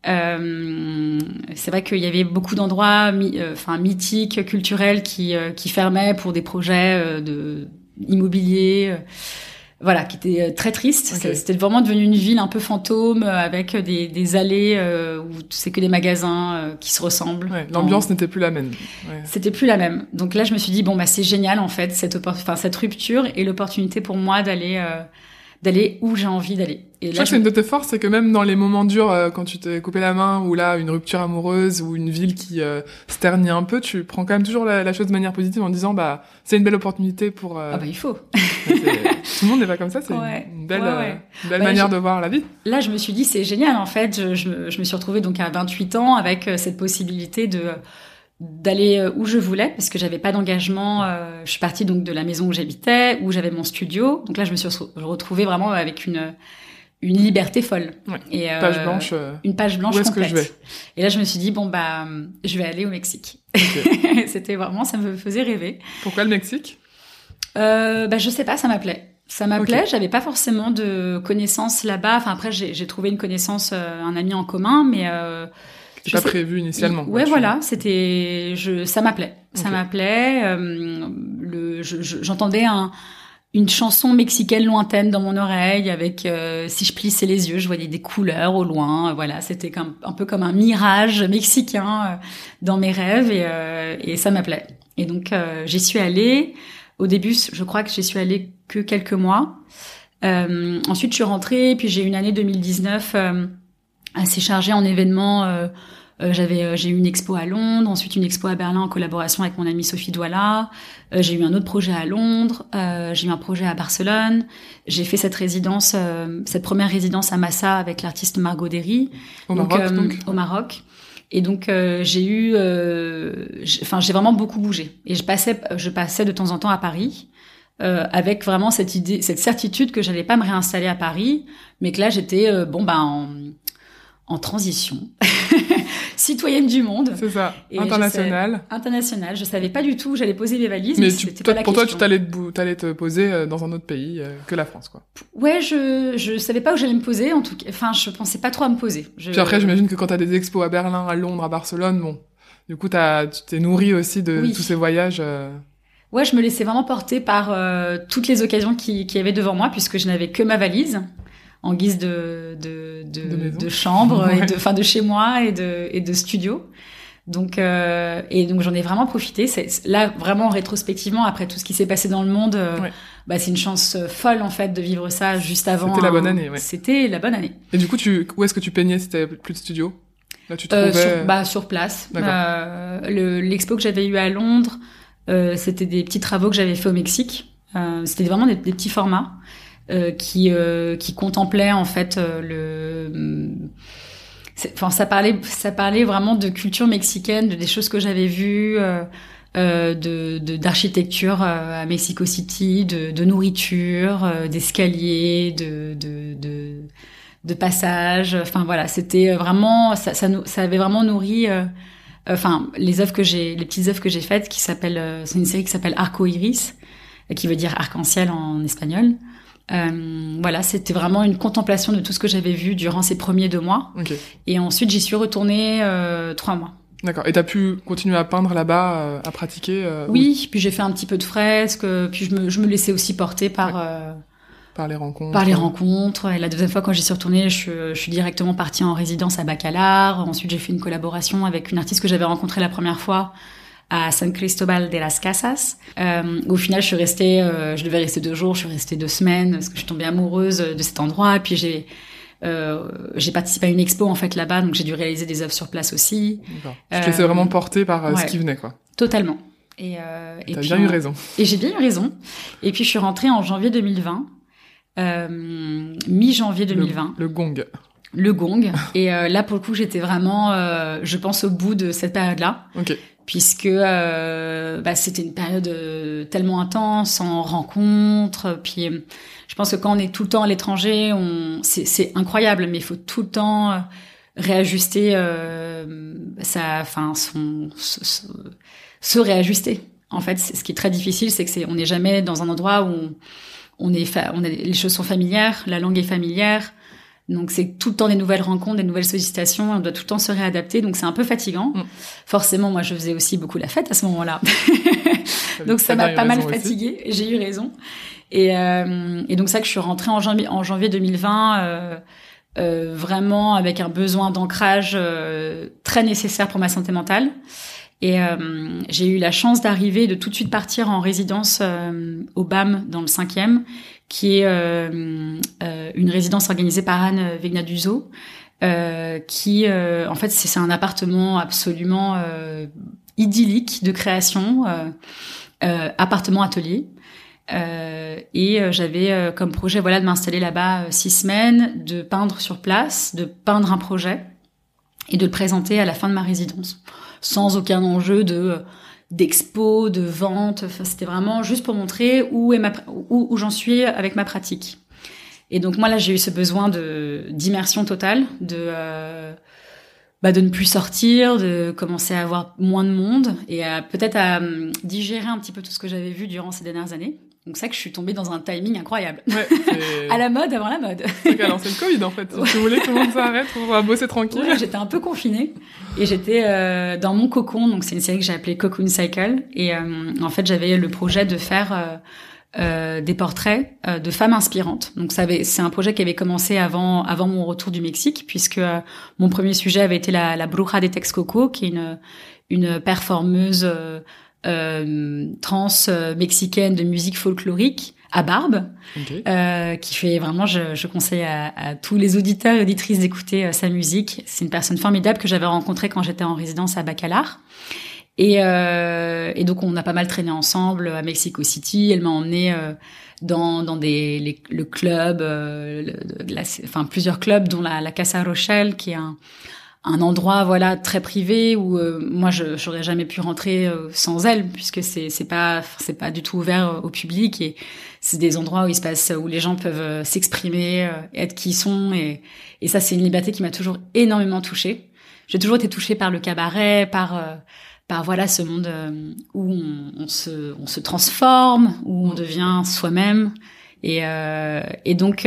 C'est vrai qu'il y avait beaucoup d'endroits mythiques, culturels qui fermaient pour des projets immobiliers, qui étaient très tristes. Okay. C'était vraiment devenu une ville un peu fantôme avec des allées où c'est que des magasins qui se ressemblent. Ouais, l'ambiance n'était plus la même. Ouais. C'était plus la même. Donc là, je me suis dit c'est génial en fait cette rupture et l'opportunité pour moi d'aller où j'ai envie d'aller. Et là, je crois que c'est une de tes forces, c'est que même dans les moments durs, quand tu t'es coupé la main, ou là, une rupture amoureuse, ou une ville qui se ternit un peu, tu prends quand même toujours la chose de manière positive en disant, c'est une belle opportunité pour... il faut. Tout le monde n'est pas comme ça, c'est une belle manière de voir la vie. Là, je me suis dit, c'est génial, en fait. Je me suis retrouvée donc à 28 ans avec cette possibilité d'aller où je voulais, parce que j'avais pas d'engagement. Je suis partie donc de la maison où j'habitais, où j'avais mon studio. Donc là, je me suis retrouvée vraiment avec une liberté folle. Ouais. Et page blanche. Une page blanche où est-ce complète. Que je vais Et là, je me suis dit je vais aller au Mexique. Okay. C'était vraiment, ça me faisait rêver. Pourquoi le Mexique? Je sais pas, ça m'appelait. Ça m'appelait. Okay. J'avais pas forcément de connaissances là-bas. Enfin après, j'ai trouvé une connaissance, un ami en commun, mais pas prévu initialement. Ouais, voilà, ça m'appelait. Okay. Ça m'appelait. J'entendais une chanson mexicaine lointaine dans mon oreille avec si je plissais les yeux, je voyais des couleurs au loin. Voilà, c'était un peu comme un mirage mexicain dans mes rêves et ça m'appelait. Et donc j'y suis allée. Au début, je crois que j'y suis allée que quelques mois. Ensuite, je suis rentrée, puis j'ai eu une année 2019 assez chargée en événements. J'ai eu une expo à Londres, ensuite une expo à Berlin en collaboration avec mon amie Sophie Douala. J'ai eu un autre projet à Londres. J'ai eu un projet à Barcelone. J'ai fait cette première résidence à Massa avec l'artiste Margot Derry. Au Maroc. Et donc j'ai vraiment beaucoup bougé. Et je passais de temps en temps à Paris. Avec vraiment cette certitude que j'allais pas me réinstaller à Paris, mais que là j'étais en transition, citoyenne du monde. C'est ça, internationale. Je savais pas du tout où j'allais poser mes valises. Mais pour toi, tu t'allais te poser dans un autre pays que la France, quoi. Ouais, je savais pas où j'allais me poser, en tout cas. Enfin, je pensais pas trop à me poser. Puis après, j'imagine que quand t'as des expos à Berlin, à Londres, à Barcelone, du coup, tu t'es nourri aussi de tous ces voyages. Ouais, je me laissais vraiment porter par toutes les occasions qu'il y avait devant moi, puisque je n'avais que ma valise en guise de chambre, ouais. De chez moi et de studio. Donc donc j'en ai vraiment profité. Là vraiment rétrospectivement après tout ce qui s'est passé dans le monde, c'est une chance folle en fait de vivre ça juste avant. C'était la bonne année. Ouais. C'était la bonne année. Et du coup, où est-ce que tu peignais? C'était plus de studio? Là, tu trouvais... sur place. L'expo que j'avais eu à Londres, c'était des petits travaux que j'avais fait au Mexique. C'était vraiment des petits formats qui contemplaient en fait ça parlait vraiment de culture mexicaine, de des choses que j'avais vues, d'architecture à Mexico City, de nourriture, d'escaliers, de passages. Enfin voilà, c'était vraiment ça avait vraiment nourri. Les petites œuvres que j'ai faites, c'est une série qui s'appelle Arco Iris, qui veut dire arc-en-ciel en espagnol. C'était vraiment une contemplation de tout ce que j'avais vu durant ces premiers 2 mois. Okay. Et ensuite, j'y suis retournée 3 mois. D'accord. Et t'as pu continuer à peindre là-bas, à pratiquer Oui, puis j'ai fait un petit peu de fresques, puis je me laissais aussi porter par les rencontres. Par les rencontres. Et la deuxième fois, quand j'y suis retournée, je suis directement partie en résidence à Bacalar. Ensuite, j'ai fait une collaboration avec une artiste que j'avais rencontrée la première fois à San Cristobal de las Casas. Au final, je devais rester 2 jours, je suis restée 2 semaines parce que je suis tombée amoureuse de cet endroit. Et puis j'ai participé à une expo en fait là-bas, donc j'ai dû réaliser des œuvres sur place aussi. D'accord. Tu te laissais vraiment porter par ce qui venait, quoi. Totalement. T'as bien eu raison. Et j'ai bien eu raison. Et puis je suis rentrée en janvier 2020, mi-janvier 2020. Le gong. Le gong. Et là, pour le coup, j'étais vraiment, je pense, au bout de cette période-là. Ok. Puisque c'était une période tellement intense, en rencontres. Puis je pense que quand on est tout le temps à l'étranger, c'est incroyable, mais il faut tout le temps réajuster se réajuster. En fait, ce qui est très difficile, c'est que on n'est jamais dans un endroit où les choses sont familières, la langue est familière. Donc c'est tout le temps des nouvelles rencontres, des nouvelles sollicitations, on doit tout le temps se réadapter, donc c'est un peu fatigant. Forcément, moi je faisais aussi beaucoup la fête à ce moment-là. Donc ça m'a pas mal fatiguée, j'ai eu raison. Et donc ça que je suis rentrée en janvier 2020 vraiment avec un besoin d'ancrage très nécessaire pour ma santé mentale. Et j'ai eu la chance d'arriver, de tout de suite partir en résidence au BAM dans le 5e, qui est une résidence organisée par Anne Vignaduzo, qui en fait c'est un appartement absolument idyllique de création, appartement atelier. Et j'avais comme projet de m'installer là-bas 6 semaines, de peindre sur place, de peindre un projet et de le présenter à la fin de ma résidence, sans aucun enjeu d'expo, de vente. Enfin, c'était vraiment juste pour montrer où j'en suis avec ma pratique. Et donc moi là j'ai eu ce besoin d'immersion totale, de ne plus sortir, de commencer à avoir moins de monde et peut-être à digérer un petit peu tout ce que j'avais vu durant ces dernières années. Donc c'est ça que je suis tombée dans un timing incroyable. Ouais, à la mode avant la mode. C'est lancé le Covid en fait. Si tu voulais que tout le monde s'arrête pour bosser tranquille. Ouais, j'étais un peu confinée et j'étais dans mon cocon. Donc c'est une série que j'ai appelée Cocoon Cycle. Et en fait j'avais le projet de faire des portraits de femmes inspirantes. Donc c'est un projet qui avait commencé avant mon retour du Mexique, puisque mon premier sujet avait été la Bruja de Texcoco, qui est une performeuse trans mexicaine de musique folklorique à barbe, qui fait vraiment, je conseille à tous les auditeurs et auditrices d'écouter sa musique. C'est une personne formidable que j'avais rencontrée quand j'étais en résidence à Bacalar. Et donc on a pas mal traîné ensemble à Mexico City. Elle m'a emmenée dans le club, plusieurs clubs, dont la Casa Rochelle, qui est un endroit très privé où moi j'aurais jamais pu rentrer sans elle, puisque c'est pas du tout ouvert au public, et c'est des endroits où les gens peuvent s'exprimer, être qui ils sont, et ça c'est une liberté qui m'a toujours énormément touchée. J'ai toujours été touchée par le cabaret, par ce monde où on se transforme, où on devient soi-même, et donc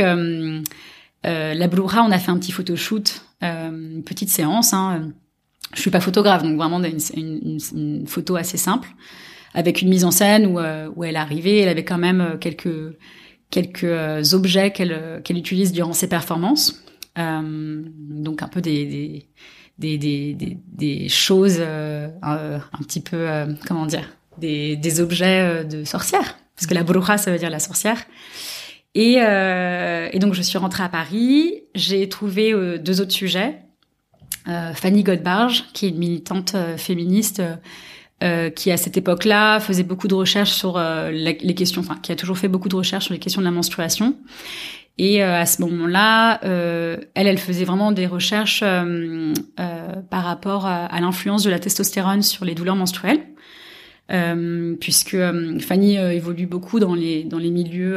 la Bruja, on a fait un petit photoshoot, une petite séance. Je suis pas photographe, donc vraiment une photo assez simple, avec une mise en scène où elle arrivait. Elle avait quand même quelques objets qu'elle utilise durant ses performances, donc un peu des des choses un petit peu comment dire, des objets de sorcière, parce que la bruja ça veut dire la sorcière. Et donc je suis rentrée à Paris, j'ai trouvé 2 autres sujets. Fanny Godbarge, qui est une militante féministe qui à cette époque-là faisait beaucoup de recherches sur les questions, enfin qui a toujours fait beaucoup de recherches sur les questions de la menstruation. Et à ce moment-là, elle faisait vraiment des recherches par rapport à l'influence de la testostérone sur les douleurs menstruelles, puisque Fanny évolue beaucoup dans les milieux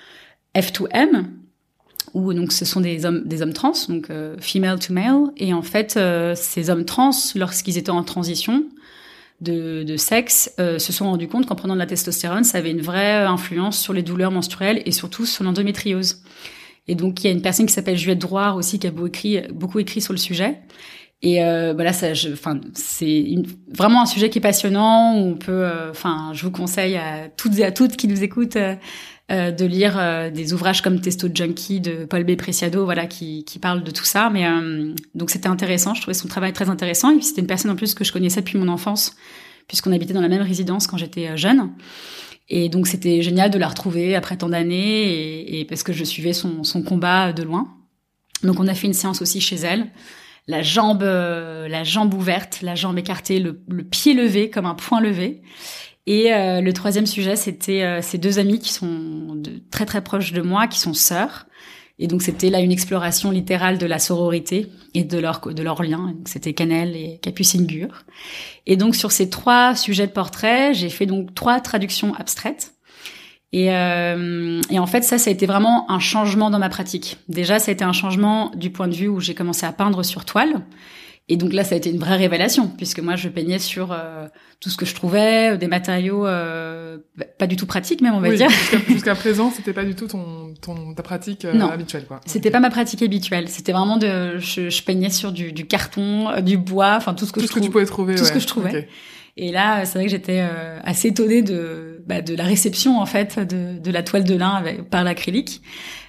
F2M, où donc ce sont des hommes trans, donc female to male, et en fait ces hommes trans, lorsqu'ils étaient en transition de sexe, se sont rendus compte qu'en prenant de la testostérone, ça avait une vraie influence sur les douleurs menstruelles et surtout sur l'endométriose. Et donc il y a une personne qui s'appelle Juliette Drouard aussi qui a beaucoup écrit sur le sujet. Et voilà, c'est vraiment un sujet qui est passionnant. Où on peut, je vous conseille à toutes et à toutes qui nous écoutent de lire des ouvrages comme Testo Junkie de Paul B. Preciado, voilà, qui parle de tout ça. Mais donc c'était intéressant. Je trouvais son travail très intéressant. Et puis c'était une personne en plus que je connaissais depuis mon enfance, puisqu'on habitait dans la même résidence quand j'étais jeune. Et donc c'était génial de la retrouver après tant d'années, et parce que je suivais son combat de loin. Donc on a fait une séance aussi chez elle. La jambe ouverte, la jambe écartée, le pied levé comme un poing levé. Et le 3e sujet, c'était ces 2 amies qui sont très très proches de moi, qui sont sœurs. Et donc c'était là une exploration littérale de la sororité et de leur lien. Donc, c'était Cannelle et Capucine Gure. Et donc sur ces 3 sujets de portrait, j'ai fait donc 3 traductions abstraites. Et en fait, ça a été vraiment un changement dans ma pratique. Déjà, ça a été un changement du point de vue où j'ai commencé à peindre sur toile. Et donc là, ça a été une vraie révélation, puisque moi, je peignais sur tout ce que je trouvais, des matériaux pas du tout pratiques, même, on va dire. Jusqu'à présent, c'était pas du tout ta pratique habituelle, quoi. C'était pas ma pratique habituelle. C'était vraiment je peignais sur du carton, du bois, enfin tout ce que tu pouvais trouver. Tout ce que je trouvais. Okay. Et là, c'est vrai que j'étais assez étonnée de la réception en fait de la toile de lin par l'acrylique.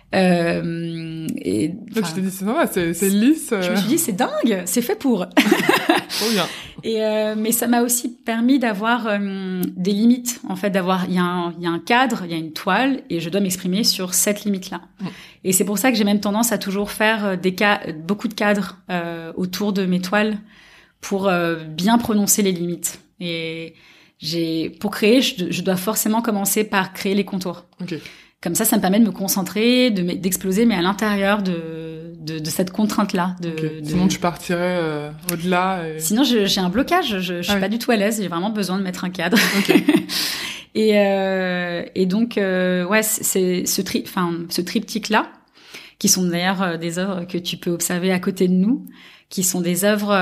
Et tu t'es dit c'est sympa, c'est lisse. Je me suis dit c'est dingue, c'est fait pour. Trop bien. Et mais ça m'a aussi permis d'avoir des limites, en fait, il y a un cadre, il y a une toile, et je dois m'exprimer sur cette limite-là. Et c'est pour ça que j'ai même tendance à toujours faire beaucoup de cadres autour de mes toiles pour bien prononcer les limites. Et pour créer, je dois forcément commencer par créer les contours. Okay. Comme ça me permet de me concentrer, d'exploser, mais à l'intérieur de cette contrainte-là. Okay. Sinon, tu partirais au-delà. Sinon, j'ai un blocage. Je suis pas du tout à l'aise. J'ai vraiment besoin de mettre un cadre. Okay. et donc, c'est ce triptyque-là, qui sont d'ailleurs des œuvres que tu peux observer à côté de nous, qui sont des œuvres,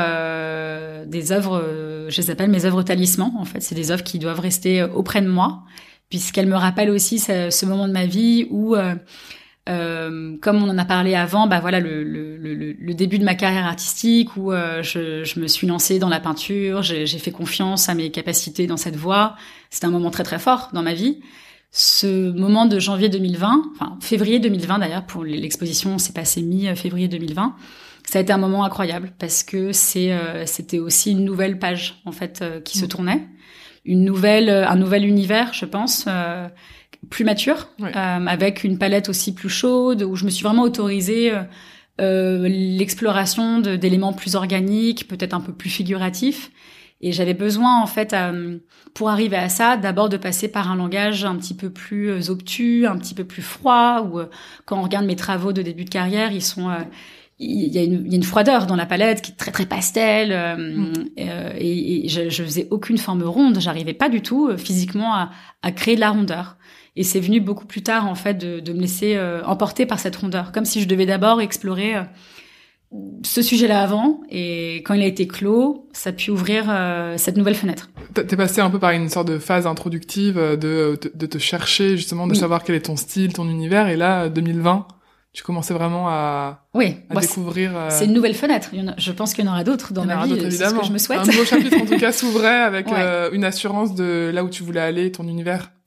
je les appelle mes œuvres talismans. En fait, c'est des œuvres qui doivent rester auprès de moi, puisqu'elle me rappelle aussi ce moment de ma vie où, comme on en a parlé avant, voilà le début de ma carrière artistique où je me suis lancée dans la peinture, j'ai fait confiance à mes capacités dans cette voie. C'était un moment très très fort dans ma vie. Ce moment de janvier 2020, enfin février 2020 d'ailleurs, pour l'exposition, c'est passé mi-février 2020. Ça a été un moment incroyable parce que c'était aussi une nouvelle page en fait qui se tournait. Un nouvel univers, je pense, plus mature, avec une palette aussi plus chaude, où je me suis vraiment autorisée l'exploration d'éléments plus organiques, peut-être un peu plus figuratifs. Et j'avais besoin, en fait, pour arriver à ça, d'abord de passer par un langage un petit peu plus obtus, un petit peu plus froid, où quand on regarde mes travaux de début de carrière, ils sont... il y a une froideur dans la palette qui est très très pastel et je faisais aucune forme ronde, j'arrivais pas du tout physiquement à créer de la rondeur, et c'est venu beaucoup plus tard en fait de me laisser emporter par cette rondeur, comme si je devais d'abord explorer ce sujet-là avant, et quand il a été clos, ça a pu ouvrir cette nouvelle fenêtre. T'es passé un peu par une sorte de phase introductive de te chercher justement, de savoir quel est ton style, ton univers, et là 2020 tu commençais vraiment à découvrir... C'est une nouvelle fenêtre. Je pense qu'il y en aura d'autres dans ma vie. C'est ce que je me souhaite. Un nouveau chapitre, en tout cas, s'ouvrait avec une assurance de là où tu voulais aller, ton univers.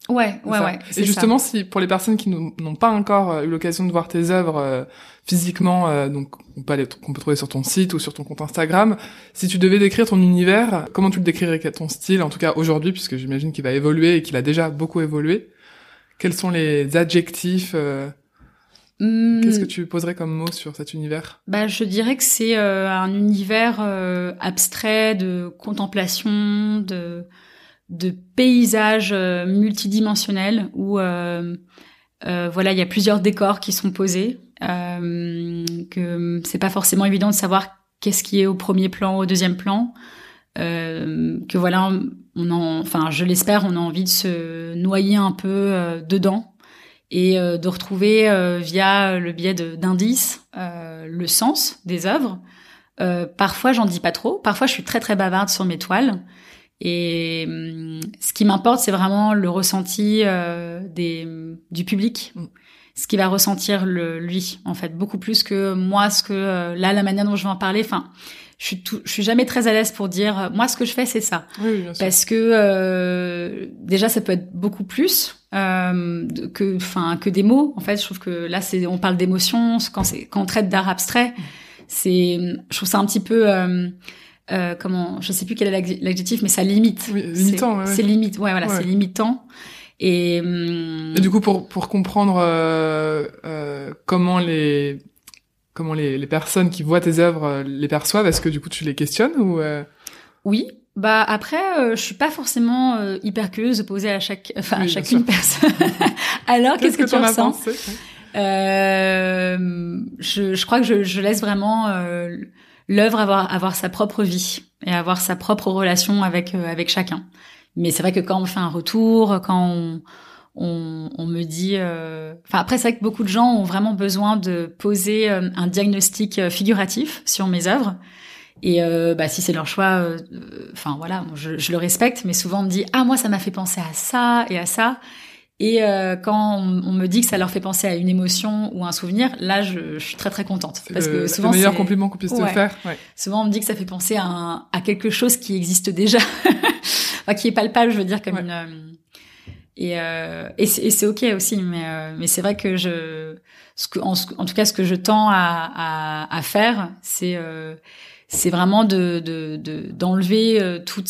Ouais. Et justement, si pour les personnes qui n'ont pas encore eu l'occasion de voir tes œuvres physiquement, donc qu'on peut trouver sur ton site ou sur ton compte Instagram, si tu devais décrire ton univers, comment tu le décrirais, ton style, en tout cas aujourd'hui, puisque j'imagine qu'il va évoluer et qu'il a déjà beaucoup évolué. Quels sont les adjectifs Qu'est-ce que tu poserais comme mot sur cet univers ? Je dirais que c'est un univers abstrait de contemplation, de paysages multidimensionnels où il y a plusieurs décors qui sont posés, que c'est pas forcément évident de savoir qu'est-ce qui est au premier plan, au deuxième plan, que voilà, je l'espère, on a envie de se noyer un peu dedans et de retrouver via le biais d'indices le sens des œuvres. Parfois j'en dis pas trop, parfois je suis très très bavarde sur mes toiles. Et ce qui m'importe, c'est vraiment le ressenti du public, ce qu'il va ressentir lui, en fait, beaucoup plus que moi, la manière dont je vais en parler. Enfin, je suis jamais très à l'aise pour dire moi ce que je fais, c'est ça, oui, bien sûr. Parce que déjà ça peut être beaucoup plus que des mots. En fait, je trouve que là on parle d'émotions quand on traite d'art abstrait, je trouve ça un petit peu je sais plus quel est l'adjectif, mais ça limite. Oui, limitant, c'est limite, c'est limitant. Et du coup, pour comprendre comment les personnes qui voient tes œuvres les perçoivent, est-ce que du coup tu les questionnes ou Oui. Après, je suis pas forcément hyper curieuse de poser à chacune personne. Alors, qu'est-ce que tu en ressens ? Je crois que je laisse vraiment l'œuvre avoir sa propre vie et avoir sa propre relation avec chacun. Mais c'est vrai que quand on me fait un retour, quand on me dit... après, c'est vrai que beaucoup de gens ont vraiment besoin de poser un diagnostic figuratif sur mes œuvres. Et si c'est leur choix, je le respecte. Mais souvent, on me dit « Ah, moi, ça m'a fait penser à ça et à ça ». Et quand on me dit que ça leur fait penser à une émotion ou un souvenir, là, je suis très très contente. Parce que souvent, c'est le meilleur compliment qu'on puisse te faire. Ouais. Souvent, on me dit que ça fait penser à quelque chose qui existe déjà, qui est palpable, je veux dire, comme une. Et c'est ok aussi, mais c'est vrai que en tout cas, ce que je tends à faire, c'est vraiment d'enlever toute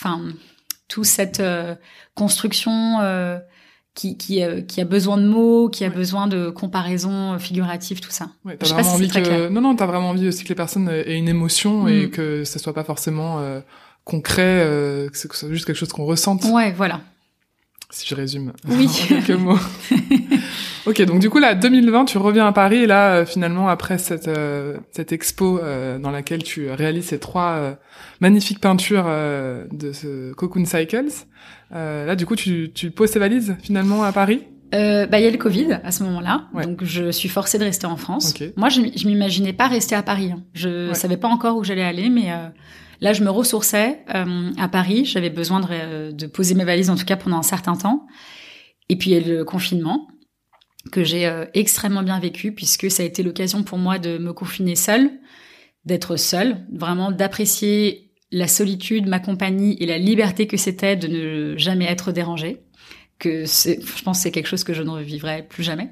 cette construction. Qui a besoin de mots, qui a besoin de comparaisons figuratives, tout ça. Ouais, t'as vraiment envie t'as vraiment envie aussi que les personnes aient une émotion et que ça soit pas forcément concret, que ce soit juste quelque chose qu'on ressente. Ouais, voilà. Si je résume oui. en quelques mots. Ok, donc du coup là, 2020, tu reviens à Paris et là, finalement, après cette expo dans laquelle tu réalises ces 3 magnifiques peintures de ce Cocoon Cycles, là, du coup, tu poses tes valises finalement à Paris. Il y a le Covid à ce moment-là, donc je suis forcée de rester en France. Okay. Moi, je m'imaginais pas rester à Paris. Je savais pas encore où j'allais aller, mais là, je me ressourçais à Paris. J'avais besoin de poser mes valises, en tout cas pendant un certain temps. Et puis, il y a le confinement que j'ai extrêmement bien vécu, puisque ça a été l'occasion pour moi de me confiner seule, d'être seule, vraiment d'apprécier la solitude, ma compagnie et la liberté que c'était de ne jamais être dérangée. Je pense que c'est quelque chose que je ne revivrai plus jamais.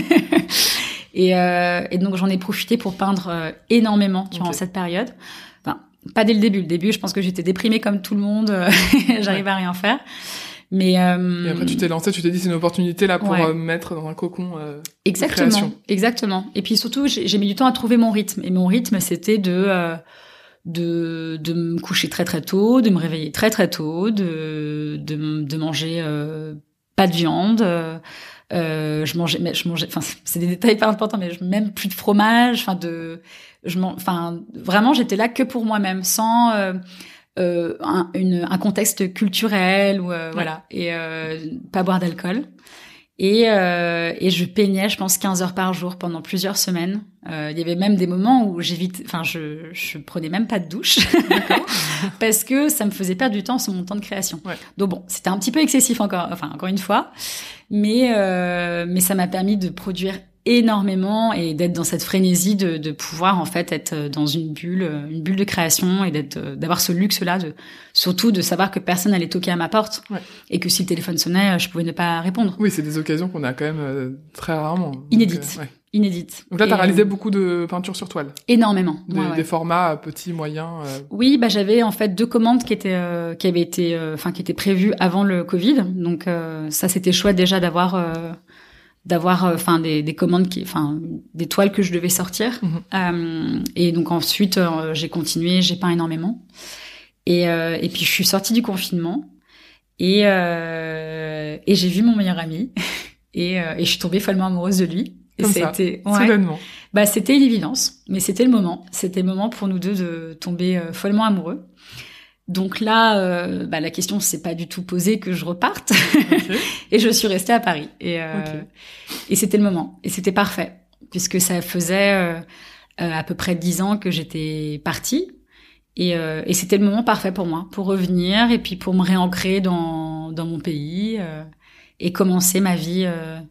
et donc j'en ai profité pour peindre énormément durant cette période. Enfin, pas dès le début. Le début, je pense que j'étais déprimée comme tout le monde. J'arrivais à rien faire. Mais et après tu t'es lancée, tu t'es dit c'est une opportunité là pour mettre dans un cocon exactement. Et puis surtout j'ai mis du temps à trouver mon rythme. Et mon rythme c'était de me coucher très très tôt, de me réveiller très très tôt, de manger pas de viande. Je mangeais, enfin c'est des détails pas importants, mais même plus de fromage. Vraiment j'étais là que pour moi-même, sans un contexte culturel ou voilà, et pas boire d'alcool. Et je peignais, je pense 15 heures par jour pendant plusieurs semaines. Il y avait même des moments où je prenais même pas de douche parce que ça me faisait perdre du temps sur mon temps de création. Ouais. Donc bon, c'était un petit peu excessif encore une fois, mais ça m'a permis de produire énormément et d'être dans cette frénésie de pouvoir en fait être dans une bulle de création et d'avoir ce luxe-là surtout de savoir que personne allait toquer à ma porte et que si le téléphone sonnait, je pouvais ne pas répondre. Oui, c'est des occasions qu'on a quand même très rarement. Inédites. Inédite. Donc là, t'as réalisé beaucoup de peintures sur toile. Énormément. Des formats petits, moyens. Oui, j'avais en fait 2 commandes qui étaient prévues avant le Covid. Donc ça, c'était chouette déjà d'avoir des commandes des toiles que je devais sortir. Et donc ensuite, j'ai continué, j'ai peint énormément. Et puis je suis sortie du confinement et j'ai vu mon meilleur ami et je suis tombée follement amoureuse de lui. Comme ça, soudainement. C'était une évidence, mais c'était le moment. C'était le moment pour nous deux de tomber follement amoureux. Donc là, la question s'est pas du tout posée que je reparte. Okay. Et je suis restée à Paris. Et c'était le moment. Et c'était parfait, puisque ça faisait à peu près 10 ans que j'étais partie. Et c'était le moment parfait pour moi, pour revenir et puis pour me réancrer dans mon pays et commencer ma vie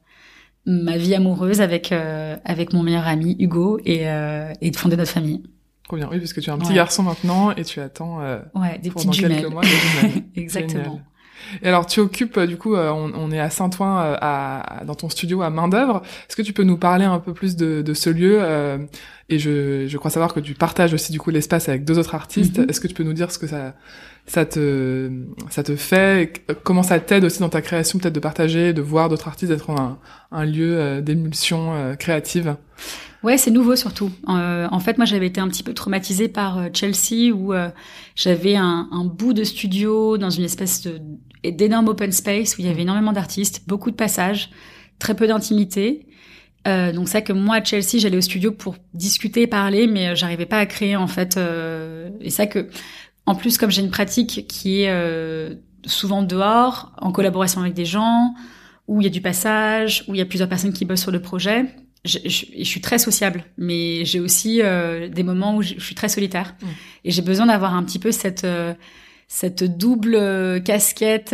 amoureuse avec mon meilleur ami Hugo et de fonder notre famille. Trop bien, oui, parce que tu as un petit garçon maintenant et tu attends des petites jumelles. Quelques mois des jumelles. Exactement. Génial. Et alors tu occupes du coup, on est à Saint-Ouen dans ton studio à Main d'œuvre. Est-ce que tu peux nous parler un peu plus de ce lieu et je crois savoir que tu partages aussi du coup l'espace avec 2 autres artistes. Est-ce que tu peux nous dire ce que ça te fait, comment ça t'aide aussi dans ta création, peut-être de partager, de voir d'autres artistes, d'être un lieu d'émulsion créative? Ouais, c'est nouveau surtout. En fait, moi, j'avais été un petit peu traumatisée par Chelsea où j'avais un bout de studio dans une espèce d'énorme open space où il y avait énormément d'artistes, beaucoup de passages, très peu d'intimité. Donc c'est vrai que moi, à Chelsea, j'allais au studio pour discuter, parler, mais j'arrivais pas à créer en fait. Et c'est vrai que, en plus, comme j'ai une pratique qui est souvent dehors, en collaboration avec des gens, où il y a du passage, où il y a plusieurs personnes qui bossent sur le projet. Je suis très sociable, mais j'ai aussi des moments où je suis très solitaire. Et j'ai besoin d'avoir un petit peu cette double casquette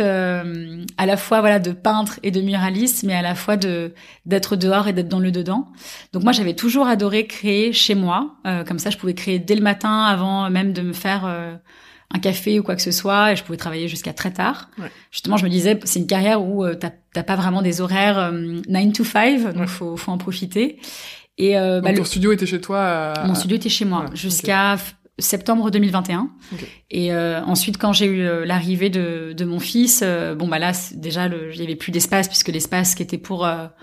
à la fois de peintre et de muraliste, mais à la fois d'être dehors et d'être dans le dedans. Donc moi, j'avais toujours adoré créer chez moi. Comme ça, je pouvais créer dès le matin avant même de me faire un café ou quoi que ce soit, et je pouvais travailler jusqu'à très tard. Ouais. Justement, je me disais, c'est une carrière où t'as pas vraiment des horaires 9 to 5, donc faut en profiter. Et donc ton studio était chez toi Mon studio était chez moi jusqu'à septembre 2021. Okay. Et ensuite, quand j'ai eu l'arrivée de mon fils, là, déjà, il y avait plus d'espace puisque l'espace qui était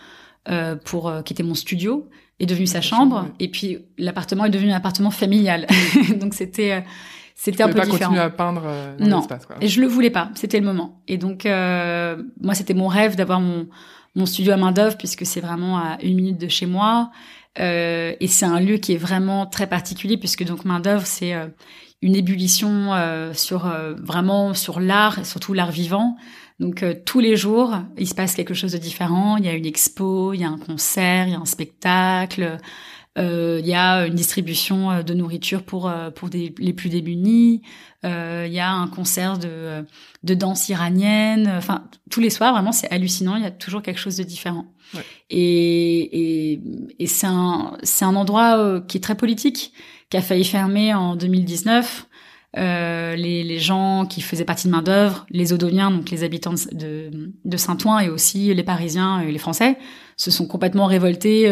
qui était mon studio est devenu sa chambre, et puis l'appartement est devenu un appartement familial. Donc c'était un peu différent. Tu pouvais pas continuer à peindre dans l'espace, quoi. Et je le voulais pas. C'était le moment. Et donc, moi, c'était mon rêve d'avoir mon studio à Main d'œuvre puisque c'est vraiment à 1 minute de chez moi. Et c'est un lieu qui est vraiment très particulier puisque donc Main d'œuvre, c'est une ébullition vraiment sur l'art et surtout l'art vivant. Donc, tous les jours, il se passe quelque chose de différent. Il y a une expo, il y a un concert, il y a un spectacle. Il y a une distribution de nourriture pour les plus démunis. Il y a un concert de danse iranienne. Enfin, tous les soirs, vraiment, c'est hallucinant. Il y a toujours quelque chose de différent. Ouais. Et c'est un endroit qui est très politique, qui a failli fermer en 2019. Les gens qui faisaient partie de Main d'œuvre, les Odoniens, donc les habitants de Saint-Ouen, et aussi les Parisiens et les Français, se sont complètement révoltés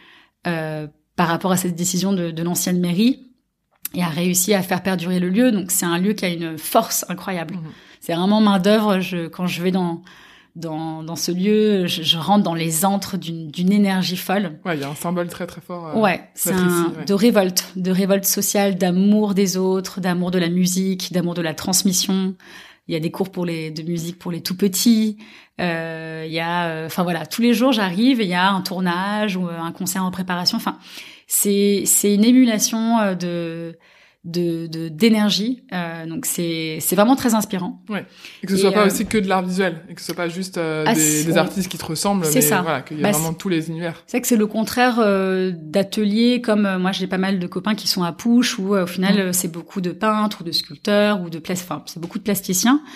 par rapport à cette décision de l'ancienne mairie, et a réussi à faire perdurer le lieu. Donc c'est un lieu qui a une force incroyable. Mmh. C'est vraiment Main d'œuvre. Quand je vais dans ce lieu, je rentre dans les antres d'une énergie folle. Ouais, il y a un symbole très très fort. C'est de révolte sociale, d'amour des autres, d'amour de la musique, d'amour de la transmission. Il y a des cours de musique pour les tout petits. Il y a, tous les jours j'arrive et il y a un tournage ou un concert en préparation. Enfin, c'est une émulation d'énergie. Donc c'est vraiment très inspirant. Ouais. Et que ce soit pas aussi que de l'art visuel, et que ce soit pas juste des artistes qui te ressemblent, mais ça. Voilà, qu'il y a vraiment tous les univers. C'est vrai que c'est le contraire d'ateliers comme moi j'ai pas mal de copains qui sont à Pouche où au final c'est beaucoup de peintres ou de sculpteurs ou c'est beaucoup de plasticiens.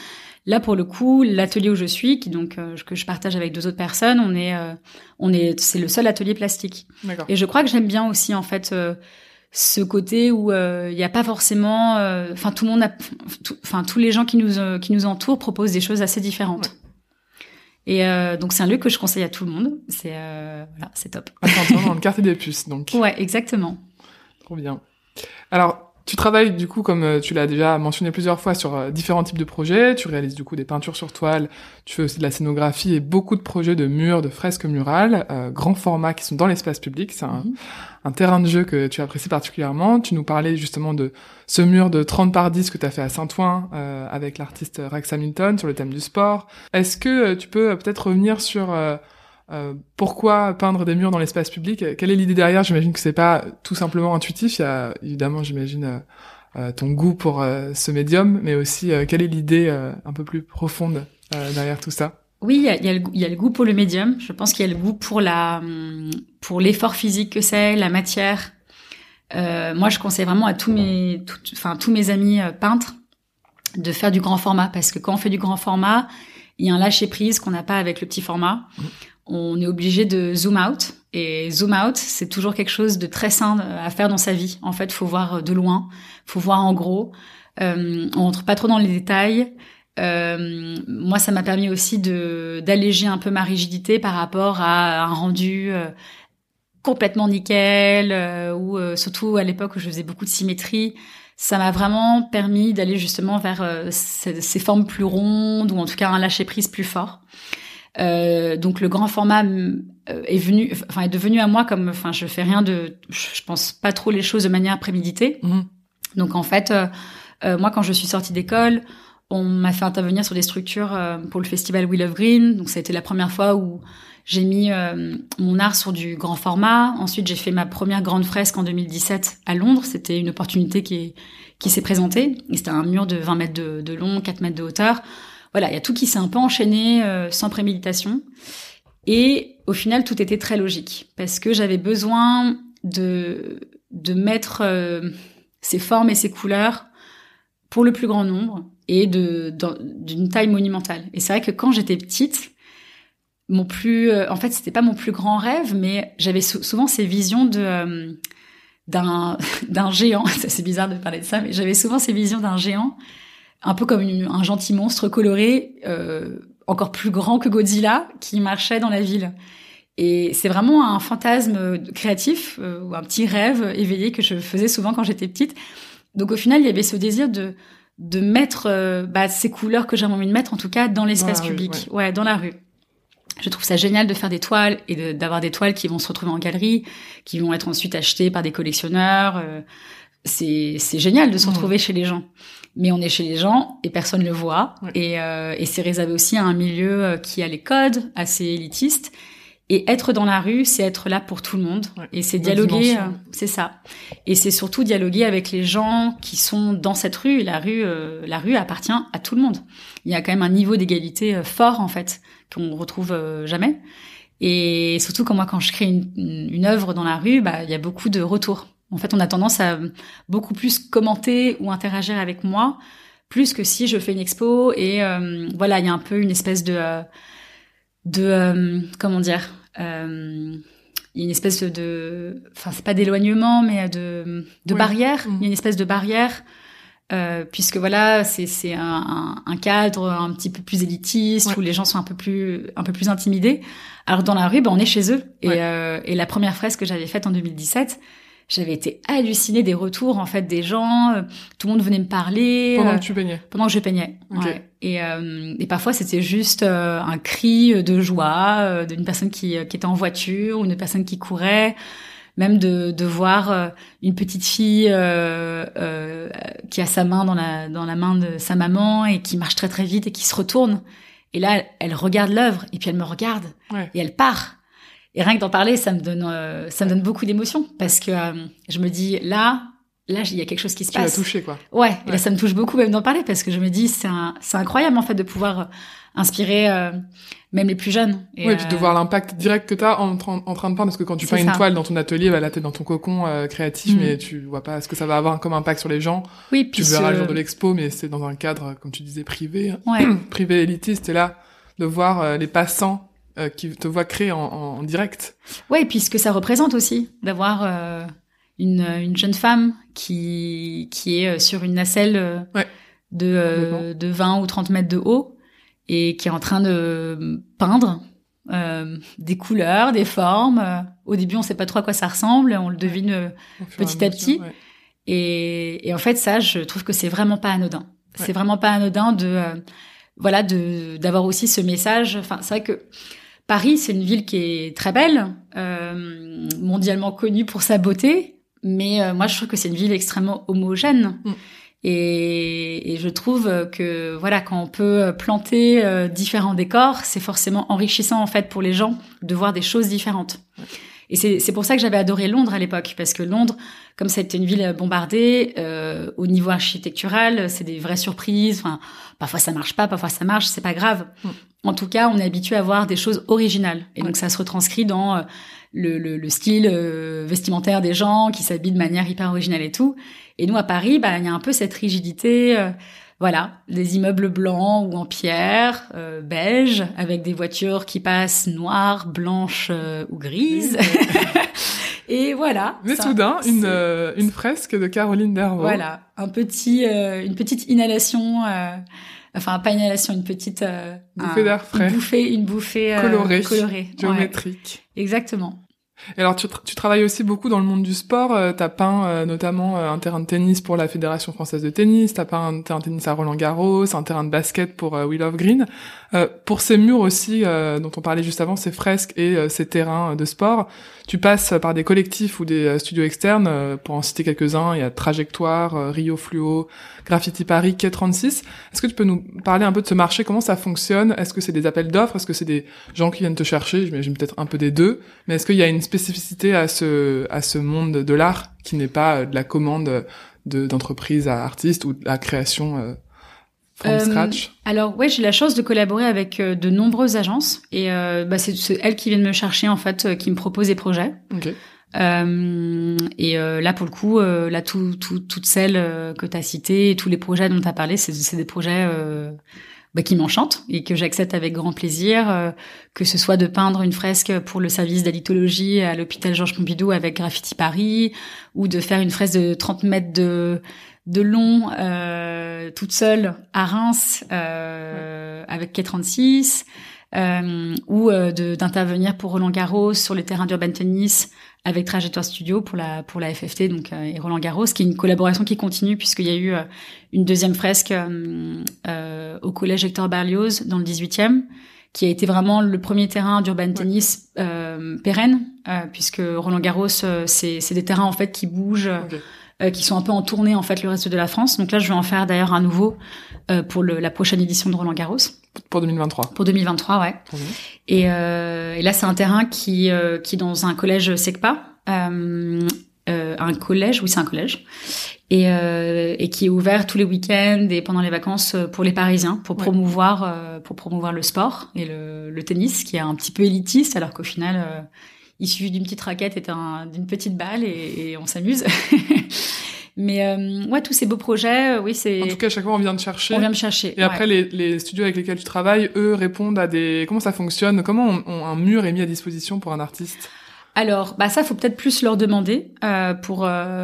Là, pour le coup, l'atelier où je suis, que je partage avec 2 autres personnes, c'est le seul atelier plastique. D'accord. Et je crois que j'aime bien aussi, en fait, ce côté où il y a pas forcément, tout le monde tous les gens qui nous entourent proposent des choses assez différentes. Ouais. Et donc c'est un lieu que je conseille à tout le monde. C'est c'est top. Attends, dans le quartier des Puces, donc. Ouais, exactement. Trop bien. Alors, tu travailles du coup, comme tu l'as déjà mentionné plusieurs fois, sur différents types de projets. Tu réalises du coup des peintures sur toile. Tu fais aussi de la scénographie et beaucoup de projets de murs, de fresques murales, grand format qui sont dans l'espace public. C'est un terrain de jeu que tu apprécies particulièrement. Tu nous parlais justement de ce mur de 30 par 10 que tu as fait à Saint-Ouen avec l'artiste Rex Hamilton sur le thème du sport. Est-ce que tu peux peut-être revenir sur pourquoi peindre des murs dans l'espace public? Quelle est l'idée derrière? J'imagine que c'est pas tout simplement intuitif. Il y a évidemment, j'imagine, ton goût pour ce médium, mais aussi quelle est l'idée un peu plus profonde derrière tout ça? Oui, il y a le goût pour le médium. Je pense qu'il y a le goût pour l'effort physique que c'est, la matière. Moi, je conseille vraiment à tous mes amis peintres de faire du grand format, parce que quand on fait du grand format, il y a un lâcher prise qu'on n'a pas avec le petit format. On est obligé de zoom out. Et zoom out, c'est toujours quelque chose de très sain à faire dans sa vie. En fait, faut voir de loin, faut voir en gros. On rentre pas trop dans les détails. Moi, ça m'a permis aussi d'alléger un peu ma rigidité par rapport à un rendu complètement nickel, ou surtout à l'époque où je faisais beaucoup de symétrie. Ça m'a vraiment permis d'aller justement vers ces formes plus rondes, ou en tout cas un lâcher-prise plus fort. Donc le grand format est devenu à moi comme, je fais rien je pense pas trop les choses de manière préméditée. Donc en fait, moi quand je suis sortie d'école, on m'a fait intervenir sur des structures pour le festival We Love Green. Donc ça a été la première fois où j'ai mis mon art sur du grand format. Ensuite, j'ai fait ma première grande fresque en 2017 à Londres. C'était une opportunité qui s'est présentée. Et c'était un mur de 20 mètres de long, 4 mètres de hauteur. Voilà, il y a tout qui s'est un peu enchaîné sans préméditation. Et au final, tout était très logique. Parce que j'avais besoin de mettre ces formes et ces couleurs pour le plus grand nombre et d'une taille monumentale. Et c'est vrai que quand j'étais petite, en fait, c'était pas mon plus grand rêve, mais j'avais souvent ces visions d'un géant. C'est bizarre de parler de ça, mais j'avais souvent ces visions d'un géant, un peu comme un gentil monstre coloré, encore plus grand que Godzilla, qui marchait dans la ville. Et c'est vraiment un fantasme créatif, ou un petit rêve éveillé que je faisais souvent quand j'étais petite. Donc au final, il y avait ce désir de mettre ces couleurs que j'avais envie de mettre, en tout cas dans l'espace public, ouais, dans la rue. Je trouve ça génial de faire des toiles et d'avoir des toiles qui vont se retrouver en galerie, qui vont être ensuite achetées par des collectionneurs. C'est génial de se retrouver chez les gens. Mais on est chez les gens et personne le voit. Et c'est réservé aussi à un milieu qui a les codes assez élitistes. Et être dans la rue, c'est être là pour tout le monde. Et c'est dialoguer, c'est ça. Et c'est surtout dialoguer avec les gens qui sont dans cette rue. Et la rue appartient à tout le monde. Il y a quand même un niveau d'égalité fort, en fait, qu'on retrouve jamais. Et surtout quand je crée une œuvre dans la rue, il y a beaucoup de retours. En fait, on a tendance à beaucoup plus commenter ou interagir avec moi, plus que si je fais une expo. Et voilà, il y a un peu une espèce comment dire, il y a une espèce c'est pas d'éloignement, mais de barrière. Il y a une espèce de barrière, puisque voilà, c'est un cadre un petit peu plus élitiste, où les gens sont un peu plus intimidés. Alors dans la rue, on est chez eux. Et la première fresque que j'avais faite en 2017, j'avais été hallucinée des retours, en fait, des gens. Tout le monde venait me parler. Pendant que tu peignais? Pendant que je peignais, ouais. Et parfois, c'était juste un cri de joie d'une personne qui était en voiture, ou une personne qui courait. Même de voir une petite fille qui a sa main dans la main de sa maman et qui marche très très vite et qui se retourne. Et là, elle regarde l'œuvre et puis elle me regarde et elle part. Et rien que d'en parler, ça me donne beaucoup d'émotions, parce que je me dis là, là, il y a quelque chose qui se passe. Tu l'as touché, quoi. Ouais. Et là, ça me touche beaucoup même d'en parler parce que je me dis, c'est incroyable, en fait, de pouvoir inspirer même les plus jeunes. Et puis de voir l'impact direct que t'as en train de peindre, parce que quand tu peins une toile dans ton atelier, là, t'es dans ton cocon créatif, mais tu vois pas ce que ça va avoir comme impact sur les gens. Oui, puis tu verras le jour de l'expo, mais c'est dans un cadre, comme tu disais, privé. Ouais. Privé élitiste, et là, de voir les passants qui te voient créer en direct. Ouais, et puis ce que ça représente aussi, d'avoir une jeune femme qui est sur une nacelle de 20 ou 30 mètres de haut et qui est en train de peindre des couleurs, des formes. Au début, on sait pas trop à quoi ça ressemble, on le devine petit à petit. Ouais. Et en fait, ça, je trouve que c'est vraiment pas anodin. Ouais. C'est vraiment pas anodin d'avoir aussi ce message. Enfin, c'est vrai que Paris, c'est une ville qui est très belle, mondialement connue pour sa beauté, mais moi, je trouve que c'est une ville extrêmement homogène. Et je trouve que voilà, quand on peut planter différents décors, c'est forcément enrichissant en fait pour les gens de voir des choses différentes. Et c'est pour ça que j'avais adoré Londres à l'époque, parce que Londres, comme c'était une ville bombardée, au niveau architectural, c'est des vraies surprises. Enfin, parfois ça marche pas, parfois ça marche, c'est pas grave. En tout cas, on est habitué à voir des choses originales, et donc ça se retranscrit dans le style vestimentaire des gens qui s'habillent de manière hyper originale et tout. Et nous à Paris, il y a un peu cette rigidité. Voilà, des immeubles blancs ou en pierre, beige, avec des voitures qui passent noires, blanches ou grises. Et voilà. Mais soudain, une fresque de Caroline Dervaux. Voilà, une petite inhalation, enfin pas inhalation, une petite bouffée d'air frais. Une bouffée colorée, géométrique. Ouais. Exactement. Et alors, tu travailles aussi beaucoup dans le monde du sport. T'as peint notamment un terrain de tennis pour la Fédération française de tennis. T'as peint un terrain de tennis à Roland-Garros, un terrain de basket pour We Love Green. Pour ces murs aussi, dont on parlait juste avant, ces fresques et ces terrains de sport, tu passes par des collectifs ou des studios externes. Pour en citer quelques-uns, il y a Trajectoire, Rio Fluo, Graffiti Paris, Quai 36. Est-ce que tu peux nous parler un peu de ce marché? Comment ça fonctionne? Est-ce que c'est des appels d'offres? Est-ce que c'est des gens qui viennent te chercher? J'imagine peut-être un peu des deux. Mais est-ce qu'il y a une spécificité à ce monde de l'art qui n'est pas de la commande d'entreprise à artiste ou de la création from scratch? Alors ouais, j'ai la chance de collaborer avec de nombreuses agences et c'est elles qui viennent me chercher en fait, qui me proposent des projets. Okay. Là pour le coup, toutes celles que tu as citées et tous les projets dont tu as parlé, c'est des projets qui m'enchantent et que j'accepte avec grand plaisir, que ce soit de peindre une fresque pour le service d'alitologie à l'hôpital Georges Pompidou avec Graffiti Paris, ou de faire une fresque de 30 mètres de long toute seule à Reims avec Quai 36, ou d'intervenir pour Roland-Garros sur les terrains d'urban tennis avec Trajectoire Studio pour la FFT donc et Roland-Garros, qui est une collaboration qui continue puisqu'il y a eu une deuxième fresque au collège Hector Berlioz dans le 18e, qui a été vraiment le premier terrain d'urban tennis pérenne, puisque Roland-Garros c'est des terrains en fait qui bougent. Qui sont un peu en tournée en fait le reste de la France. Donc là, je vais en faire d'ailleurs un nouveau pour la prochaine édition de Roland-Garros. Pour 2023. Pour 2023, ouais. Et là, c'est un terrain qui est dans un collège SECPA, un collège, oui, c'est un collège, et qui est ouvert tous les week-ends et pendant les vacances pour les Parisiens, pour promouvoir le sport et le tennis, qui est un petit peu élitiste, alors qu'au final. Il suffit d'une petite raquette et d'une petite balle et on s'amuse. Mais tous ces beaux projets, oui, c'est... En tout cas, à chaque fois, on vient te chercher. On vient me chercher. Et après, les studios avec lesquels tu travailles, eux, répondent à des... Comment ça fonctionne? Comment un mur est mis à disposition pour un artiste? Alors, ça, faut peut-être plus leur demander pour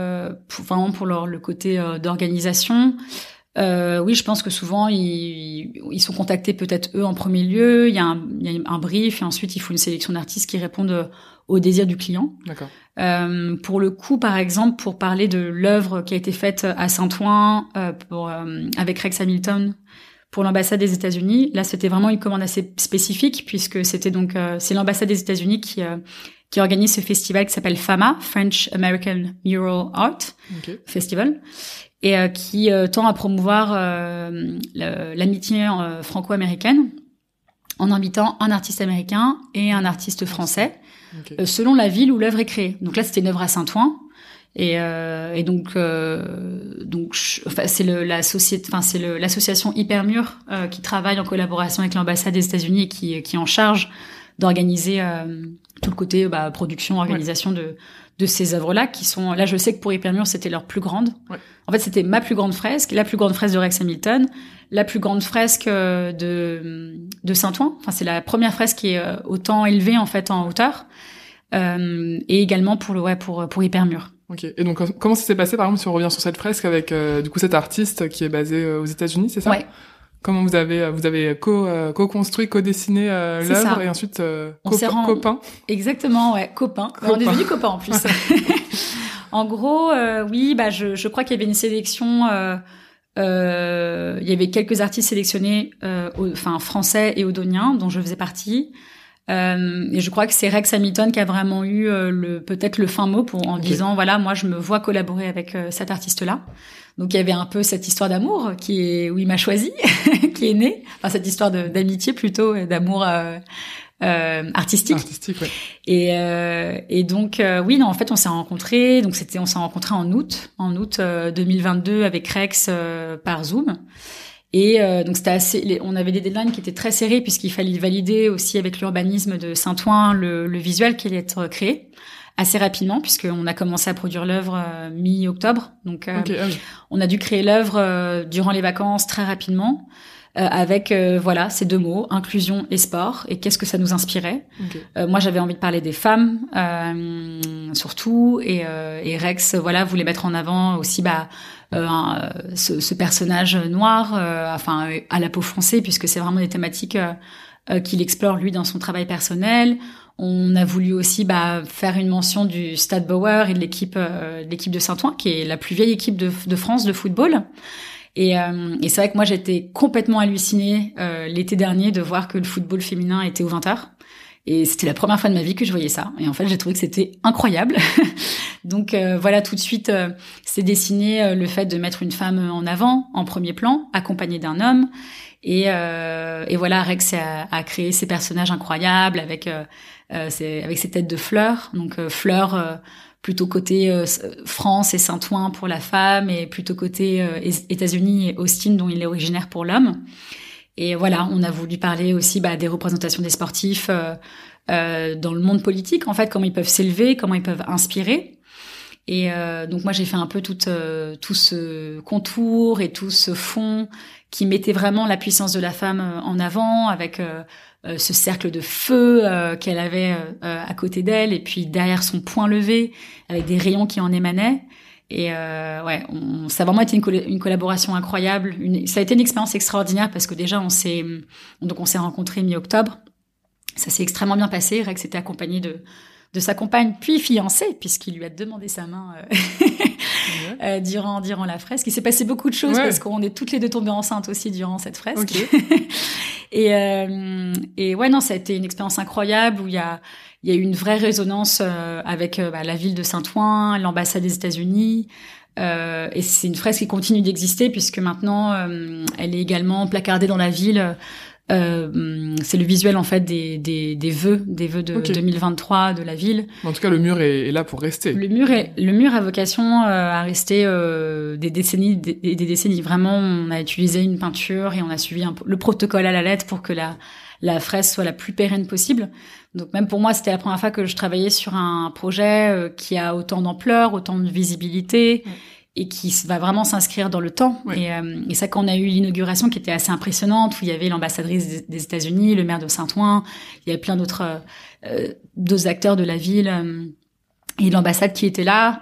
le côté d'organisation. Oui, je pense que souvent ils sont contactés peut-être eux en premier lieu. Il y a un brief et ensuite il faut une sélection d'artistes qui répondent au désir du client. D'accord. Pour le coup, par exemple, pour parler de l'œuvre qui a été faite à Saint-Ouen avec Rex Hamilton pour l'ambassade des États-Unis, là c'était vraiment une commande assez spécifique puisque c'était donc c'est l'ambassade des États-Unis qui organise ce festival qui s'appelle FAMA, French American Mural Art Festival. Et qui tend à promouvoir l'amitié franco-américaine en invitant un artiste américain et un artiste français selon la ville où l'œuvre est créée. Donc là, c'était une œuvre à Saint-Ouen Et donc c'est l'association Hypermur qui travaille en collaboration avec l'ambassade des États-Unis et qui est en charge d'organiser tout le côté production, organisation de ces œuvres-là qui sont là. Je sais que pour Hypermur c'était leur plus grande. Ouais. En fait, c'était ma plus grande fresque, la plus grande fresque de Rex Hamilton, la plus grande fresque de Saint-Ouen. Enfin, c'est la première fresque qui est autant élevée en fait en hauteur, et également pour Hypermur. Ok. Et donc comment ça s'est passé par exemple si on revient sur cette fresque avec du coup cet artiste qui est basé aux États-Unis, c'est ça? Ouais. Comment vous avez co-construit, co-dessiné l'œuvre et ensuite copain. Exactement, ouais, copain. On est devenus copains en plus. En gros, oui, je crois qu'il y avait une sélection. Il y avait quelques artistes sélectionnés, français et odoniens, dont je faisais partie. Et je crois que c'est Rex Hamilton qui a vraiment eu peut-être le fin mot en disant voilà, moi je me vois collaborer avec cet artiste-là. Donc il y avait un peu cette histoire d'amour où il m'a choisi, qui est née. Enfin cette histoire d'amitié plutôt, d'amour artistique. Artistique, ouais. Et donc oui, non, en fait on s'est rencontrés. Donc on s'est rencontrés en août 2022 avec Rex par Zoom. Et donc c'était on avait des deadlines qui étaient très serrés puisqu'il fallait valider aussi avec l'urbanisme de Saint-Ouen le visuel qui allait être créé assez rapidement puisqu'on a commencé à produire l'œuvre mi-octobre. Donc on a dû créer l'œuvre durant les vacances très rapidement avec ces deux mots, inclusion et sport, et qu'est-ce que ça nous inspirait. Moi j'avais envie de parler des femmes surtout, et Rex voulait mettre en avant aussi ce personnage noir, à la peau foncée, puisque c'est vraiment des thématiques qu'il explore lui dans son travail personnel. On a voulu aussi faire une mention du Stade Bauer et de l'équipe de Saint-Ouen, qui est la plus vieille équipe de France de football. Et c'est vrai que moi j'étais complètement hallucinée l'été dernier de voir que le football féminin était aux 20h. Et c'était la première fois de ma vie que je voyais ça. Et en fait, j'ai trouvé que c'était incroyable. Donc tout de suite, c'est dessiné le fait de mettre une femme en avant, en premier plan, accompagnée d'un homme. Et voilà, Rex a créé ces personnages incroyables avec ces têtes de fleurs. Donc fleurs plutôt côté France et Saint-Ouen pour la femme, et plutôt côté États-Unis et Austin dont il est originaire pour l'homme. Et voilà, on a voulu parler aussi des représentations des sportifs dans le monde politique, en fait, comment ils peuvent s'élever, comment ils peuvent inspirer. Et donc moi j'ai fait un peu tout ce contour et tout ce fond qui mettait vraiment la puissance de la femme en avant, avec ce cercle de feu qu'elle avait à côté d'elle, et puis derrière son poing levé avec des rayons qui en émanaient. Et ça a vraiment été une collaboration incroyable. Ça a été une expérience extraordinaire parce que déjà on s'est rencontrés mi-octobre. Ça s'est extrêmement bien passé. Rex était accompagné de sa compagne, puis fiancée, puisqu'il lui a demandé sa main durant la fresque. Il s'est passé beaucoup de choses parce qu'on est toutes les deux tombées enceintes aussi durant cette fresque. Et non, ça a été une expérience incroyable où il y a eu une vraie résonance avec la ville de Saint-Ouen, l'ambassade des États-Unis. Et c'est une fresque qui continue d'exister puisque maintenant elle est également placardée dans la ville. C'est le visuel en fait des vœux de 2023 de la ville. En tout cas, le mur est là pour rester. Le mur a vocation à rester des décennies. Vraiment, on a utilisé une peinture et on a suivi le protocole à la lettre pour que la fresque soit la plus pérenne possible. Donc même pour moi, c'était la première fois que je travaillais sur un projet qui a autant d'ampleur, autant de visibilité. Et qui va vraiment s'inscrire dans le temps. Et ça, quand on a eu l'inauguration qui était assez impressionnante, où il y avait l'ambassadrice des États-Unis, le maire de Saint-Ouen, il y avait plein d'autres acteurs de la ville et l'ambassade qui était là,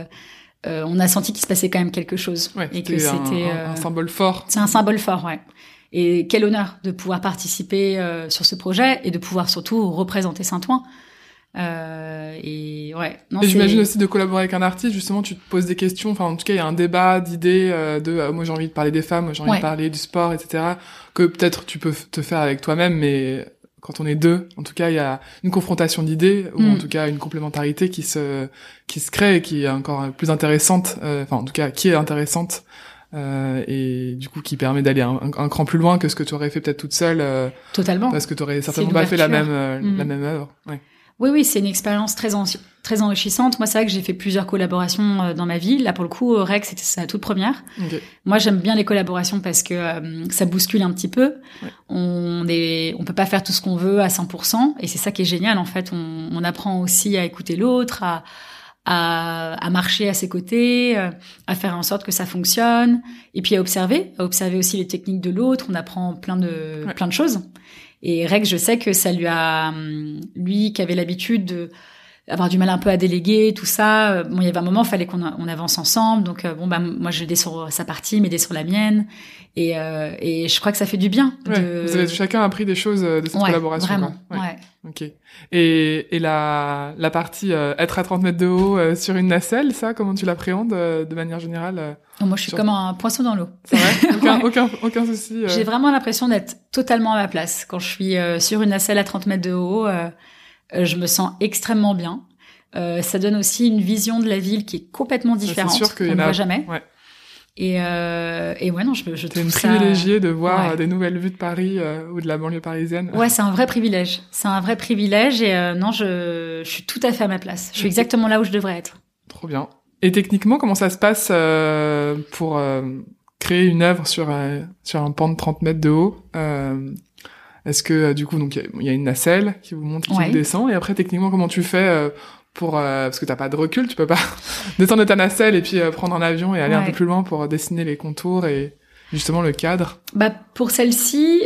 on a senti qu'il se passait quand même quelque chose. Et que c'était un symbole fort. C'est un symbole fort, ouais. Et quel honneur de pouvoir participer sur ce projet et de pouvoir surtout représenter Saint-Ouen. Et j'imagine aussi de collaborer avec un artiste, justement tu te poses des questions, enfin en tout cas il y a un débat d'idées moi j'ai envie de parler des femmes, moi j'ai envie de parler du sport, etc., que peut-être tu peux te faire avec toi-même, mais quand on est deux, en tout cas il y a une confrontation d'idées, ou en tout cas une complémentarité qui se crée et qui est encore plus intéressante, en tout cas qui est intéressante, et du coup qui permet d'aller un cran plus loin que ce que tu aurais fait peut-être toute seule. Totalement. Parce que tu aurais certainement pas fait la même œuvre. Oui, c'est une expérience très enrichissante. Moi, c'est vrai que j'ai fait plusieurs collaborations dans ma vie. Là, pour le coup, Rex, c'était sa toute première. Okay. Moi, j'aime bien les collaborations parce que ça bouscule un petit peu. Ouais. On peut pas faire tout ce qu'on veut à 100%. Et c'est ça qui est génial, en fait. On apprend aussi à écouter l'autre, à marcher à ses côtés, à faire en sorte que ça fonctionne. Et puis à observer aussi les techniques de l'autre. On apprend plein de choses. Et Rex, je sais que ça lui qui avait l'habitude avoir du mal un peu à déléguer, tout ça. Bon, il y avait un moment, il fallait qu'on avance ensemble. Donc, moi, je aidais sur sa partie, m'aidait sur la mienne. Et je crois que ça fait du bien. Ouais, vous avez chacun appris des choses de cette collaboration. Vraiment, quoi. Ouais. Ok. Et la partie être à 30 mètres de haut sur une nacelle, ça, comment tu l'appréhendes de manière générale Moi, je suis comme un poisson dans l'eau. C'est vrai. Aucun souci. J'ai vraiment l'impression d'être totalement à ma place. Quand je suis sur une nacelle à 30 mètres de haut, je me sens extrêmement bien. Ça donne aussi une vision de la ville qui est complètement différente. C'est sûr qu'on ne voit jamais. Ouais. Et ouais, non, je trouve ça... T'es une privilégiée de voir des nouvelles vues de Paris ou de la banlieue parisienne. Ouais, c'est un vrai privilège. Et non, je suis tout à fait à ma place. Je suis exactement là où je devrais être. Trop bien. Et techniquement, comment ça se passe pour créer une œuvre sur un pan de 30 mètres de haut Est-ce que du coup, donc il y a une nacelle qui vous monte, qui vous descend, et après techniquement, comment tu fais parce que t'as pas de recul, tu peux pas descendre de ta nacelle et puis prendre un avion et aller un peu plus loin pour dessiner les contours et justement le cadre. Pour celle-ci,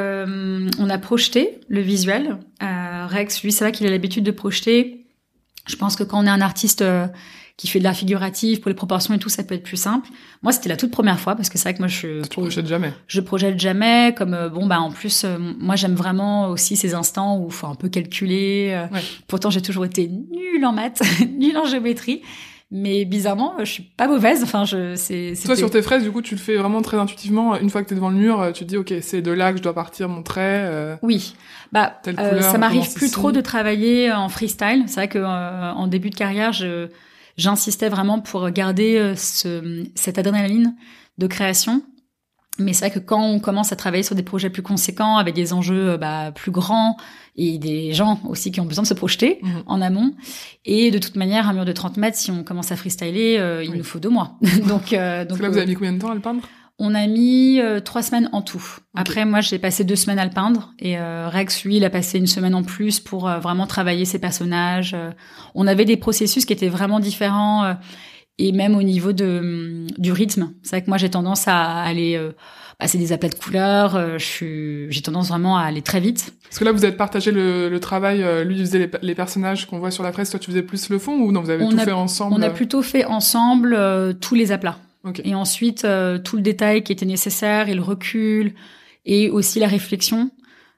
on a projeté le visuel. Rex, lui, c'est vrai qu'il a l'habitude de projeter. Je pense que quand on est un artiste qui fait de l'art figuratif pour les proportions et tout, ça peut être plus simple. Moi, c'était la toute première fois parce que c'est vrai que moi, tu projettes jamais. Je projette jamais. Comme en plus, moi, j'aime vraiment aussi ces instants où il faut un peu calculer. Pourtant, j'ai toujours été nulle en maths, nulle en géométrie. Mais bizarrement, je suis pas mauvaise. Enfin, Toi, sur tes fraises, du coup, tu le fais vraiment très intuitivement. Une fois que t'es devant le mur, tu te dis, ok, c'est de là que je dois partir mon trait. Oui. Telle couleur, ça m'arrive plus trop de travailler en freestyle. C'est vrai que en début de carrière, j'insistais vraiment pour garder cette adrénaline de création. Mais c'est vrai que quand on commence à travailler sur des projets plus conséquents, avec des enjeux plus grands, et des gens aussi qui ont besoin de se projeter en amont, et de toute manière, un mur de 30 mètres, si on commence à freestyler, il nous faut 2 mois. donc Parce que là, vous avez mis combien de temps à le peindre ? On a mis 3 semaines en tout. Okay. Après, moi, j'ai passé 2 semaines à le peindre. Et Rex, lui, il a passé 1 semaine en plus pour vraiment travailler ses personnages. On avait des processus qui étaient vraiment différents. Et même au niveau du rythme. C'est vrai que moi, j'ai tendance à aller... c'est des aplats de couleurs. J'ai tendance vraiment à aller très vite. Parce que là, vous avez partagé le travail. Lui, il faisait les personnages qu'on voit sur la presse. Toi, tu faisais plus le fond ou non, vous avez fait ensemble? On a plutôt fait ensemble tous les aplats. Okay. Et ensuite, tout le détail qui était nécessaire et le recul et aussi la réflexion.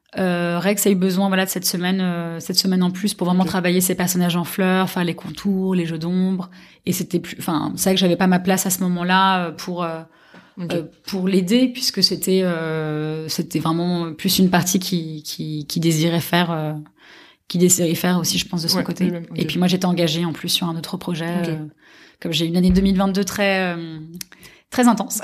Rex a eu besoin de cette semaine en plus pour vraiment travailler ses personnages en fleurs, faire les contours, les jeux d'ombre. Et c'est vrai que j'avais pas ma place à ce moment-là pour l'aider puisque c'était vraiment plus une partie qui désirait faire aussi, je pense, de son côté. Okay. Et puis moi, j'étais engagée en plus sur un autre projet. Okay. Comme j'ai eu une année 2022 très intense.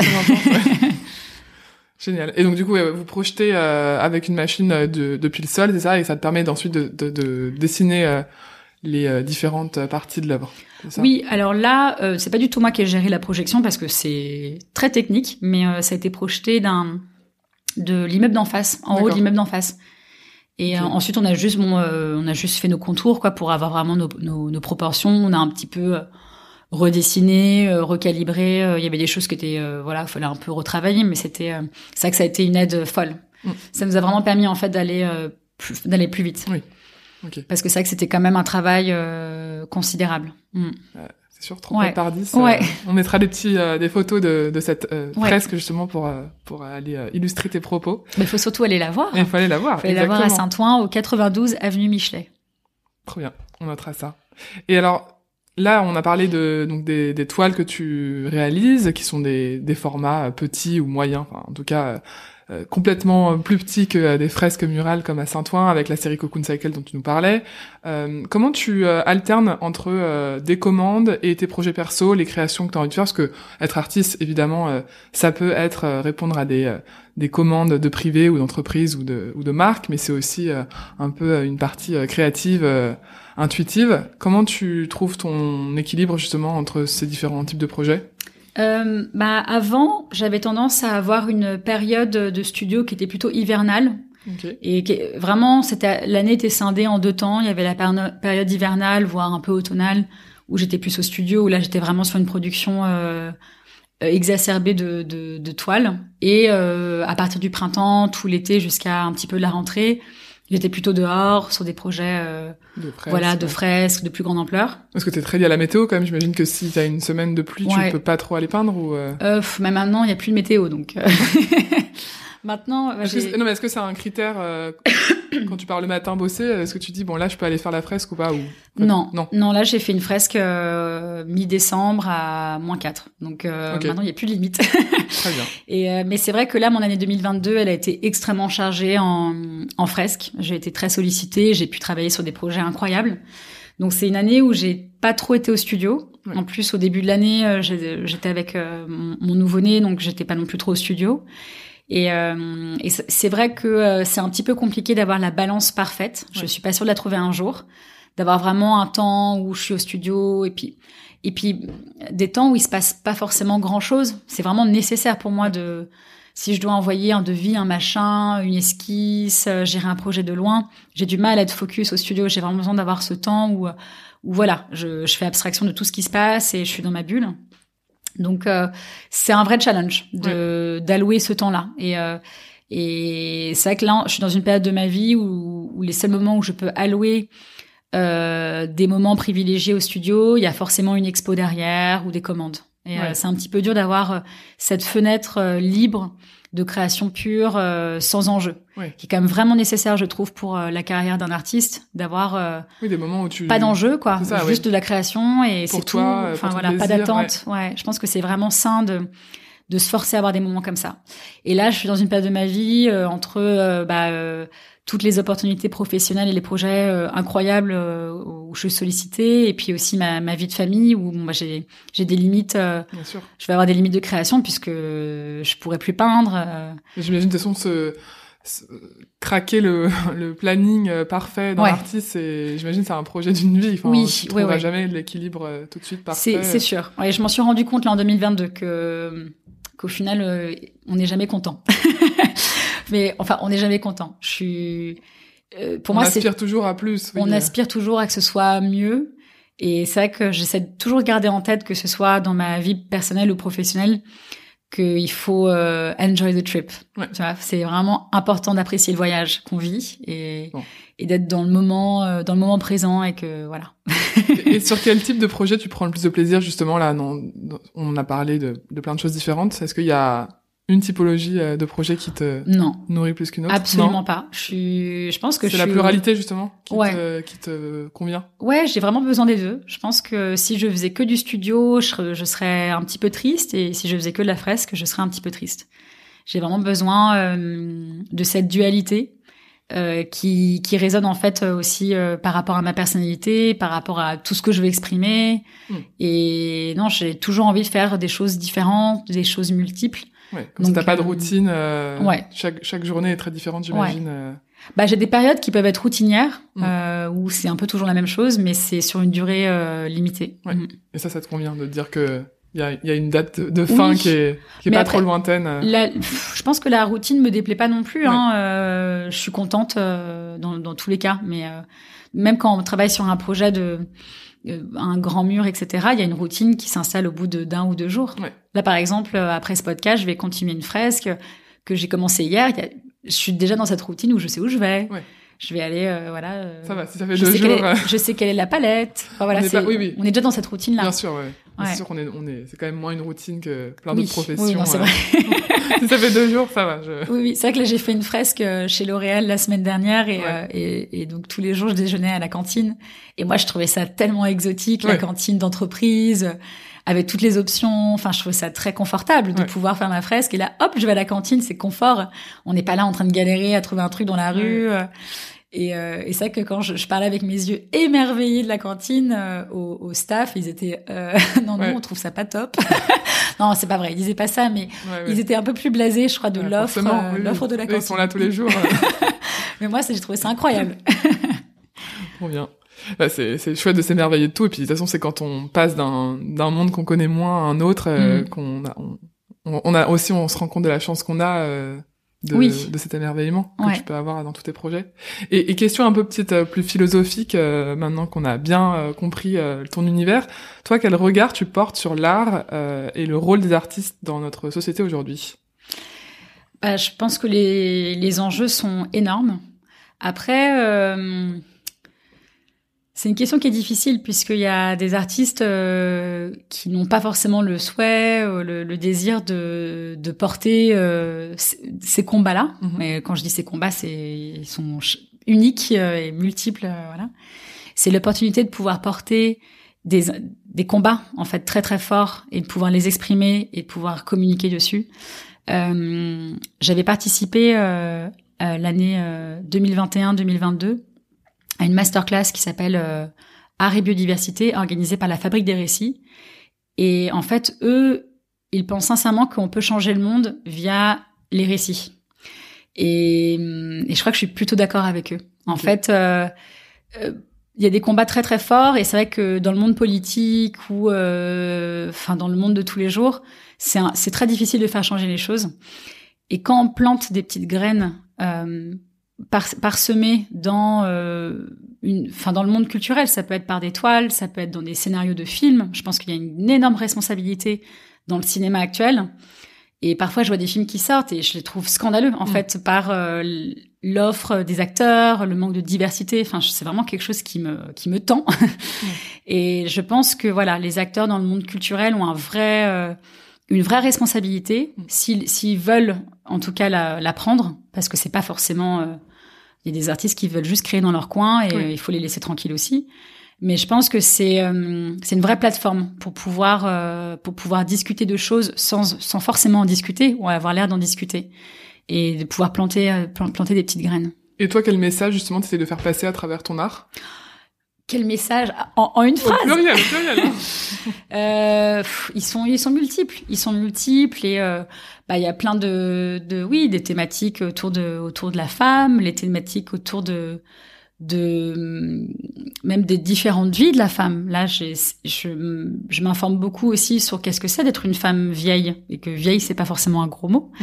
Génial. Et donc du coup, vous projetez avec une machine depuis le sol, c'est ça, et ça te permet ensuite de dessiner les différentes parties de l'œuvre. Oui, alors là, c'est pas du tout moi qui ai géré la projection parce que c'est très technique, mais ça a été projeté de l'immeuble d'en face, en haut de l'immeuble d'en face. Et ensuite, on a juste fait nos contours pour avoir vraiment nos proportions. On a un petit peu redessiner, recalibrer. Il y avait des choses qui étaient, il fallait un peu retravailler, mais c'est vrai que ça a été une aide folle. Ça nous a vraiment permis en fait d'aller plus vite. Oui. Okay. Parce que c'est vrai que c'était quand même un travail considérable. C'est sûr, 30 mètres par 10. On mettra des photos de cette fresque justement pour aller illustrer tes propos. Mais il faut surtout aller la voir. Il faut aller la voir. Il faut aller la voir à Saint-Ouen, au 92 avenue Michelet. Trop bien, on notera ça. Et alors, là, on a parlé des toiles que tu réalises, qui sont des formats petits ou moyens, enfin, en tout cas, complètement plus petit que des fresques murales comme à Saint-Ouen avec la série Cocoon Cycle dont tu nous parlais. Comment tu alternes entre des commandes et tes projets perso, les créations que tu as envie de faire? Parce que être artiste, évidemment, ça peut être répondre à des commandes de privés ou d'entreprises ou de marques, mais c'est aussi un peu une partie créative, intuitive. Comment tu trouves ton équilibre justement entre ces différents types de projets? Avant, j'avais tendance à avoir une période de studio qui était plutôt hivernale. Okay. Et vraiment, l'année était scindée en 2 temps. Il y avait la période hivernale, voire un peu automnale, où j'étais plus au studio, où là, j'étais vraiment sur une production exacerbée de toiles. Et à partir du printemps, tout l'été, jusqu'à un petit peu de la rentrée, j'étais plutôt dehors, sur des projets de fresques, de plus grande ampleur. Parce que t'es très lié à la météo quand même, j'imagine que si t'as une semaine de pluie, tu peux pas trop aller peindre ou... Mais maintenant, il y a plus de météo, donc... Maintenant... Non, mais est-ce que c'est un critère, quand tu pars le matin bosser, est-ce que tu dis, bon là, je peux aller faire la fresque ou pas ou... Non, là, j'ai fait une fresque mi-décembre à -4. Donc maintenant, il n'y a plus de limite. Très bien. Mais c'est vrai que là, mon année 2022, elle a été extrêmement chargée en fresques. J'ai été très sollicitée, j'ai pu travailler sur des projets incroyables. Donc c'est une année où j'ai pas trop été au studio. Ouais. En plus, au début de l'année, j'étais avec mon nouveau-né, donc j'étais pas non plus trop au studio. Et c'est vrai que c'est un petit peu compliqué d'avoir la balance parfaite. Ouais. Je suis pas sûre de la trouver un jour, d'avoir vraiment un temps où je suis au studio et puis des temps où il se passe pas forcément grand-chose. C'est vraiment nécessaire pour moi si je dois envoyer un devis, un machin, une esquisse, gérer un projet de loin, j'ai du mal à être focus au studio. J'ai vraiment besoin d'avoir ce temps où voilà, je fais abstraction de tout ce qui se passe et je suis dans ma bulle. Donc c'est un vrai challenge d'allouer ce temps-là. Et c'est vrai que là, je suis dans une période de ma vie où les seuls moments où je peux allouer des moments privilégiés au studio, il y a forcément une expo derrière ou des commandes. Et c'est un petit peu dur d'avoir cette fenêtre libre de création pure, sans enjeu, qui est quand même vraiment nécessaire, je trouve, pour la carrière d'un artiste, d'avoir des moments où tu... pas d'enjeu, quoi, juste de la création et pour c'est toi, tout. Enfin voilà, plaisir, pas d'attente. Ouais, je pense que c'est vraiment sain de se forcer à avoir des moments comme ça. Et là, je suis dans une période de ma vie entre toutes les opportunités professionnelles et les projets incroyables où je suis sollicitée, et puis aussi ma vie de famille où j'ai des limites. Bien sûr. Je vais avoir des limites de création puisque je pourrais plus peindre. J'imagine de toute façon craquer le planning parfait d'un artiste, j'imagine c'est un projet d'une vie. Enfin, tu trouveras jamais l'équilibre tout de suite parfait. C'est sûr. Ouais, je m'en suis rendu compte là en 2022 qu'au final on n'est jamais content. Mais enfin, on n'est jamais content. Pour moi, on aspire toujours à plus. On aspire toujours à que ce soit mieux. Et c'est vrai que j'essaie de toujours garder en tête, que ce soit dans ma vie personnelle ou professionnelle, qu'il faut enjoy the trip. Ouais. Tu vois, c'est vraiment important d'apprécier le voyage qu'on vit et d'être dans le moment présent et que voilà. Et sur quel type de projet tu prends le plus de plaisir justement là? On a parlé de plein de choses différentes. Est-ce qu'il y a une typologie de projet qui te nourrit plus qu'une autre? Absolument pas. Je pense que c'est la pluralité justement qui te convient. Ouais, j'ai vraiment besoin des deux. Je pense que si je faisais que du studio, je serais un petit peu triste, et si je faisais que de la fresque, je serais un petit peu triste. J'ai vraiment besoin de cette dualité qui résonne en fait aussi par rapport à ma personnalité, par rapport à tout ce que je veux exprimer. Et non, j'ai toujours envie de faire des choses différentes, des choses multiples. Ouais, comme ça t'as pas de routine. Chaque journée est très différente, j'imagine. J'ai des périodes qui peuvent être routinières, où c'est un peu toujours la même chose, mais c'est sur une durée limitée. Ouais. Et ça te convient de dire que il y a une date de fin qui est pas trop lointaine. Je pense que la routine me déplaît pas non plus. Je suis contente dans tous les cas, mais même quand on travaille sur un projet un grand mur, etc., il y a une routine qui s'installe au bout d'un ou 2 jours. Ouais. Là, par exemple, après ce podcast, je vais continuer une fresque que j'ai commencé hier. Je suis déjà dans cette routine où je sais où je vais. Ouais. Je vais aller, ça va, si ça fait 2 jours. Je sais quelle est la palette. Enfin, voilà, on est déjà dans cette routine-là. Bien sûr, ouais. C'est sûr c'est quand même moins une routine que plein d'autres professions. Oui, non, c'est vrai. Si ça fait 2 jours, ça va. Oui, c'est vrai que là, j'ai fait une fresque chez L'Oréal la semaine dernière et donc tous les jours, je déjeunais à la cantine. Et moi, je trouvais ça tellement exotique, la cantine d'entreprise, avec toutes les options. Enfin, je trouve ça très confortable de pouvoir faire ma fresque. Et là, hop, je vais à la cantine, c'est confort. On n'est pas là en train de galérer à trouver un truc dans la rue. Et c'est vrai que quand je parlais avec mes yeux émerveillés de la cantine au staff, ils étaient non, on trouve ça pas top. Non, c'est pas vrai, ils disaient pas ça, mais ils étaient un peu plus blasés, je crois, de l'offre de la cantine. Ils sont là tous les jours. Mais moi, j'ai trouvé ça incroyable. Trop bien. Bah, c'est chouette de s'émerveiller de tout. Et puis de toute façon, c'est quand on passe d'un monde qu'on connaît moins à un autre on se rend compte de la chance qu'on a de cet émerveillement que tu peux avoir dans tous tes projets. Et question un peu plus philosophique, maintenant qu'on a bien compris ton univers, toi, quel regard tu portes sur l'art et le rôle des artistes dans notre société aujourd'hui? Je pense que les enjeux sont énormes. Après, c'est une question qui est difficile puisqu'il y a des artistes qui n'ont pas forcément le souhait, le désir de porter ces combats-là. Mais quand je dis ces combats, ils sont uniques et multiples. Voilà. C'est l'opportunité de pouvoir porter des combats en fait très très forts et de pouvoir les exprimer et de pouvoir communiquer dessus. J'avais participé l'année 2021-2022 à une masterclass qui s'appelle Art et biodiversité, organisée par la Fabrique des Récits. Et en fait, eux, ils pensent sincèrement qu'on peut changer le monde via les récits. Et je crois que je suis plutôt d'accord avec eux. En fait, il y a des combats très très forts, et c'est vrai que dans le monde politique ou dans le monde de tous les jours, c'est très difficile de faire changer les choses. Et quand on plante des petites graines parsemées dans dans le monde culturel, ça peut être par des toiles, ça peut être dans des scénarios de films. Je pense qu'il y a une énorme responsabilité dans le cinéma actuel. Et parfois, je vois des films qui sortent et je les trouve scandaleux, en fait, par l'offre des acteurs, le manque de diversité. Enfin, c'est vraiment quelque chose qui me tend. Et je pense que voilà, les acteurs dans le monde culturel ont une vraie responsabilité s'ils veulent, en tout cas, la prendre, parce que c'est pas forcément. Il y a des artistes qui veulent juste créer dans leur coin et il faut les laisser tranquilles aussi. Mais je pense que c'est une vraie plateforme pour pouvoir discuter de choses sans forcément en discuter ou avoir l'air d'en discuter, et de pouvoir planter des petites graines. Et toi, quel message justement tu essaies de faire passer à travers ton art? Quel message en une phrase? Au pluriel. Ils sont multiples. Ils sont multiples et il y a plein des thématiques autour de la femme, les thématiques autour de même des différentes vies de la femme. Là, je m'informe beaucoup aussi sur qu'est-ce que c'est d'être une femme vieille, et que vieille, c'est pas forcément un gros mot.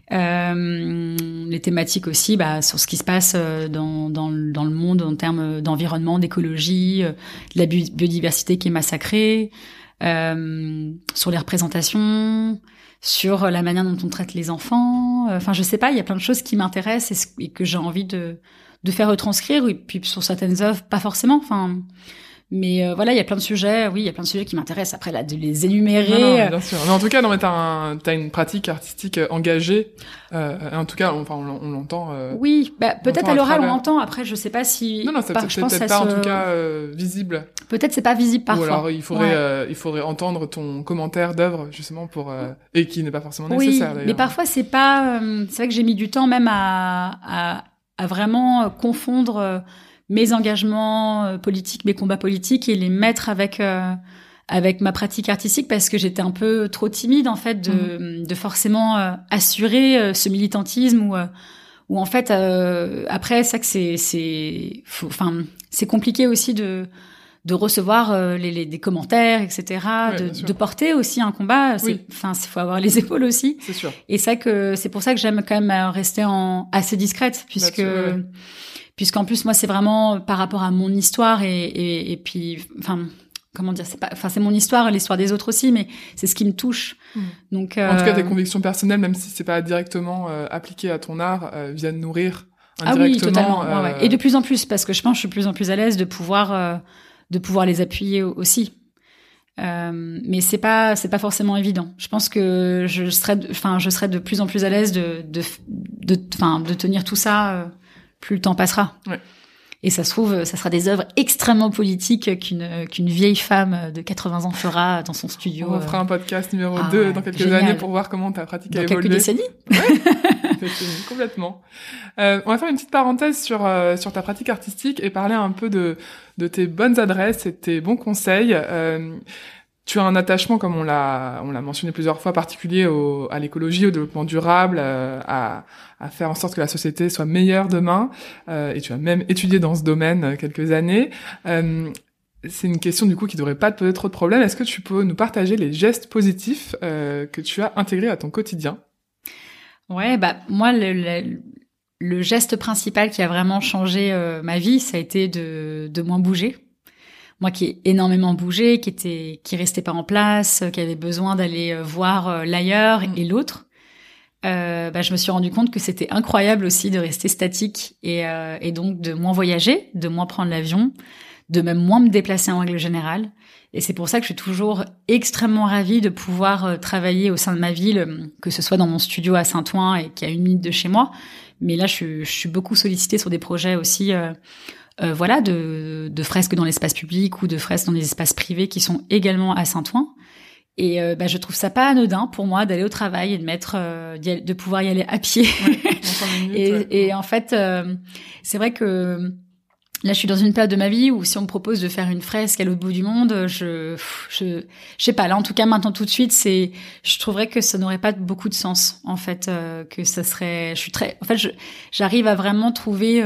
Les thématiques aussi, sur ce qui se passe dans le monde en termes d'environnement, d'écologie, de la biodiversité qui est massacrée, sur les représentations, sur la manière dont on traite les enfants. Enfin, je sais pas, il y a plein de choses qui m'intéressent et que j'ai envie de faire retranscrire, et puis sur certaines œuvres, pas forcément. Enfin, mais voilà, il y a plein de sujets. Oui, il y a plein de sujets qui m'intéressent. Après, là, de les énumérer. Non, bien sûr. Mais en tout cas, t'as une pratique artistique engagée. En tout cas, on l'entend. Oui, peut-être à l'oral on l'entend. Après, je sais pas si. Non, c'est peut-être pas en tout cas visible. Peut-être c'est pas visible parfois. Ou alors il faudrait entendre ton commentaire d'œuvre justement pour et qui n'est pas forcément nécessaire. Oui, mais parfois c'est pas. C'est vrai que j'ai mis du temps même à vraiment confondre mes engagements politiques, mes combats politiques, et les mettre avec ma pratique artistique, parce que j'étais un peu trop timide en fait de forcément assurer ce militantisme ou en fait après ça que c'est compliqué aussi de recevoir des commentaires, etc. De porter aussi un combat. Faut avoir les épaules aussi. C'est sûr. Et c'est pour ça que j'aime quand même rester assez discrète, puisqu'en plus moi c'est vraiment par rapport à mon histoire et puis comment dire, c'est mon histoire, l'histoire des autres aussi, mais c'est ce qui me touche. Donc en tout cas, tes convictions personnelles, même si c'est pas directement appliqué à ton art, viennent nourrir indirectement. Ah oui, totalement. Et de plus en plus, parce que je pense que je suis de plus en plus à l'aise de pouvoir les appuyer aussi. Mais c'est pas forcément évident. Je pense que je serai de plus en plus à l'aise de tenir tout ça plus le temps passera. Ouais. Et ça se trouve, ça sera des œuvres extrêmement politiques qu'une vieille femme de 80 ans fera dans son studio. On fera un podcast numéro 2 dans quelques années pour voir comment ta pratique a évolué. Dans quelques décennies. Ouais, complètement. On va faire une petite parenthèse sur ta pratique artistique et parler un peu de tes bonnes adresses et de tes bons conseils. Tu as un attachement, comme on l'a mentionné plusieurs fois, particulier à l'écologie, au développement durable, à faire en sorte que la société soit meilleure demain. Et tu as même étudié dans ce domaine quelques années. C'est une question du coup qui devrait pas te poser trop de problèmes. Est-ce que tu peux nous partager les gestes positifs que tu as intégrés à ton quotidien? Ouais, moi le geste principal qui a vraiment changé ma vie, ça a été de moins bouger. Moi qui ai énormément bougé, qui restait pas en place, qui avait besoin d'aller voir l'ailleurs et l'autre, je me suis rendu compte que c'était incroyable aussi de rester statique et donc de moins voyager, de moins prendre l'avion, de même moins me déplacer en règle générale. Et c'est pour ça que je suis toujours extrêmement ravie de pouvoir travailler au sein de ma ville, que ce soit dans mon studio à Saint-Ouen et qui est à 1 minute de chez moi. Mais là, je suis beaucoup sollicitée sur des projets aussi, de fresques dans l'espace public ou de fresques dans les espaces privés qui sont également à Saint-Ouen. Et je trouve ça pas anodin pour moi d'aller au travail et de pouvoir y aller à pied. Ouais, et en fait, c'est vrai que là, je suis dans une période de ma vie où si on me propose de faire une fresque à l'autre bout du monde, je sais pas. Là, en tout cas, maintenant, tout de suite, je trouverais que ça n'aurait pas beaucoup de sens, en fait, que ça serait, j'arrive à vraiment trouver,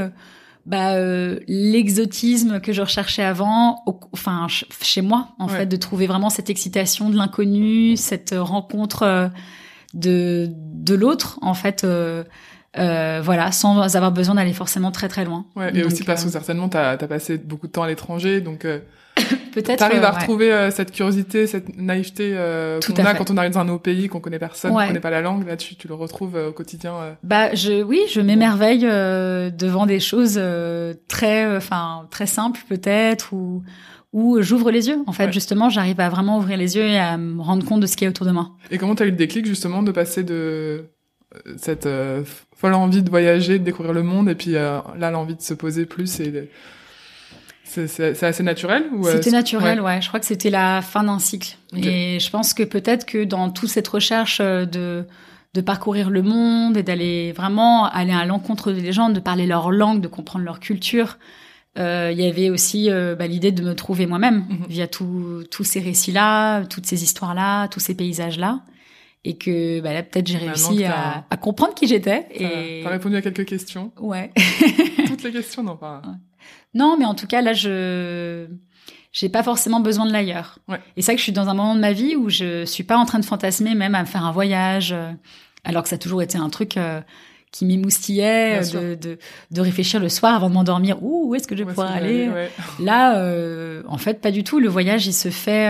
l'exotisme que je recherchais avant, chez moi, en fait, de trouver vraiment cette excitation de l'inconnu, cette rencontre de l'autre, en fait, sans avoir besoin d'aller forcément très très loin. Ouais, et donc, aussi parce que certainement t'as passé beaucoup de temps à l'étranger, donc peut-être t'arrives à retrouver cette curiosité, cette naïveté qu'on a quand on arrive dans un nouveau pays, qu'on connaît personne, qu'on connaît pas la langue. Là, tu le retrouves au quotidien. Je m'émerveille devant des choses très simples peut-être où j'ouvre les yeux. En fait, justement, j'arrive à vraiment ouvrir les yeux et à me rendre compte de ce qu'il y a autour de moi. Et comment t'as eu le déclic justement de passer de cette folle envie de voyager, de découvrir le monde, et puis là l'envie de se poser plus, et c'est assez naturel ou C'était naturel, ouais. Je crois que c'était la fin d'un cycle. Okay. Et je pense que peut-être que dans toute cette recherche de parcourir le monde et d'aller vraiment aller à l'encontre des gens, de parler leur langue, de comprendre leur culture, il y avait aussi l'idée de me trouver moi-même via tous ces récits-là, toutes ces histoires-là, tous ces paysages-là. Et que là peut-être j'ai réussi à comprendre qui j'étais. T'as répondu à quelques questions. Ouais. Toutes les questions, non pas. Ouais. Non, mais en tout cas là j'ai pas forcément besoin de l'ailleurs. Ouais. Et c'est ça que je suis dans un moment de ma vie où je suis pas en train de fantasmer même à me faire un voyage, alors que ça a toujours été un truc qui m'émoustillait de réfléchir le soir avant de m'endormir. Où est-ce que je vais pouvoir aller Là, en fait, pas du tout. Le voyage, il se fait.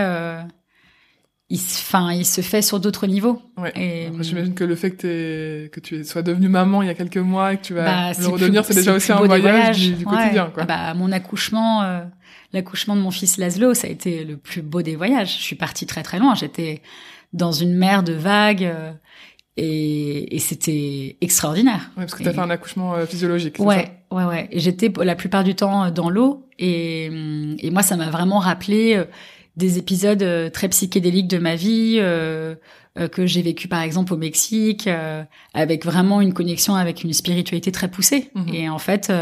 Il se fait sur d'autres niveaux. Ouais. Et après, j'imagine que le fait que tu sois devenue maman il y a quelques mois et que tu vas le redevenir, c'est déjà aussi un voyage du quotidien, quoi. Mon accouchement, l'accouchement de mon fils Laszlo, ça a été le plus beau des voyages. Je suis partie très très loin. J'étais dans une mer de vagues et c'était extraordinaire. Ouais, parce que t'as fait un accouchement physiologique. C'est ça ouais. Et j'étais la plupart du temps dans l'eau et moi, ça m'a vraiment rappelé des épisodes très psychédéliques de ma vie que j'ai vécu par exemple au Mexique avec vraiment une connexion avec une spiritualité très poussée. Et en fait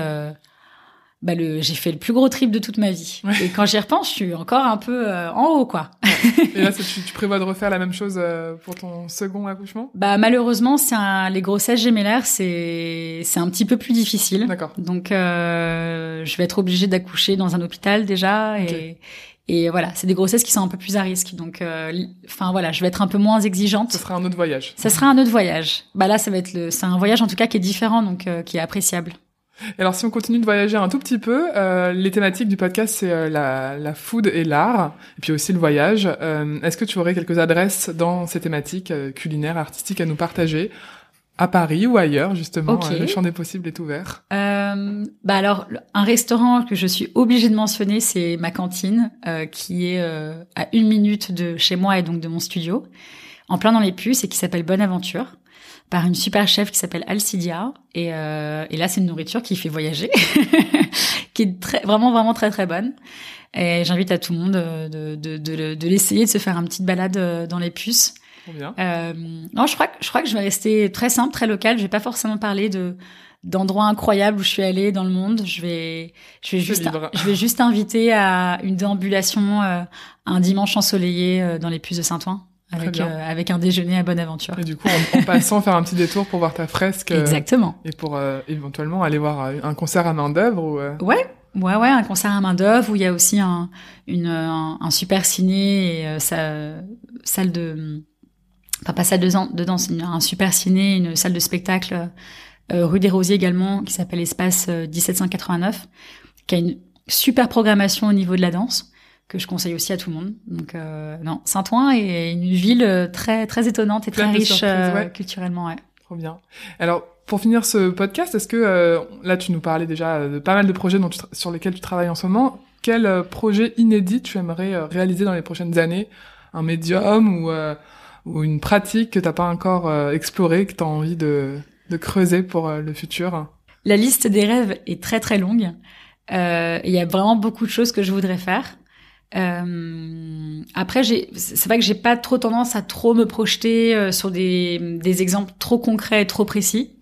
j'ai fait le plus gros trip de toute ma vie. Et quand j'y repense, je suis encore un peu en haut, quoi. Et là, tu prévois de refaire la même chose pour ton second accouchement? Malheureusement, les grossesses gémellaires, c'est un petit peu plus difficile. D'accord. Donc je vais être obligée d'accoucher dans un hôpital déjà. Et voilà, c'est des grossesses qui sont un peu plus à risque. Donc, je vais être un peu moins exigeante. Ce sera un autre voyage. Ça sera un autre voyage. Là, c'est un voyage en tout cas qui est différent, donc qui est appréciable. Et alors, si on continue de voyager un tout petit peu, les thématiques du podcast, c'est la food et l'art, et puis aussi le voyage. Est-ce que tu aurais quelques adresses dans ces thématiques culinaires, artistiques à nous partager, à Paris ou ailleurs, justement? Le champ des possibles est ouvert. Alors, un restaurant que je suis obligée de mentionner, c'est ma cantine, qui est à 1 minute de chez moi et donc de mon studio, en plein dans les Puces, et qui s'appelle Bonne Aventure. par une super chef qui s'appelle Alcidia. Et là, c'est une nourriture qui fait voyager, qui est vraiment très très bonne. Et j'invite à tout le monde de l'essayer, de se faire une petite balade dans les puces. Trop bien. Non, je crois que je vais rester très simple, très local. Je vais pas forcément parler d'endroits incroyables où je suis allée dans le monde. Je vais juste inviter à une déambulation un dimanche ensoleillé dans les Puces de Saint-Ouen avec un déjeuner à bonne aventure. Et du coup, en passant, faire un petit détour pour voir ta fresque. Exactement. Et pour éventuellement aller voir un concert à main d'œuvre ou. Ouais, un concert à main d'œuvre où il y a aussi un super ciné et salle de, enfin pas salle de danse, un super ciné, une salle de spectacle rue des Rosiers également qui s'appelle Espace 1789, qui a une super programmation au niveau de la danse que je conseille aussi à tout le monde. Donc non, Saint-Ouen est une ville très très étonnante et très riche culturellement. Ouais. Trop bien. Alors pour finir ce podcast, est-ce que là tu nous parlais déjà de pas mal de projets sur lesquels tu travailles en ce moment. Quel projet inédit tu aimerais réaliser dans les prochaines années? Un médium ou une pratique que t'as pas encore explorée, que t'as envie de creuser pour le futur? La liste des rêves est très très longue. Il y a vraiment beaucoup de choses que je voudrais faire. Après, c'est vrai que j'ai pas trop tendance à trop me projeter sur des exemples trop concrets et trop précis.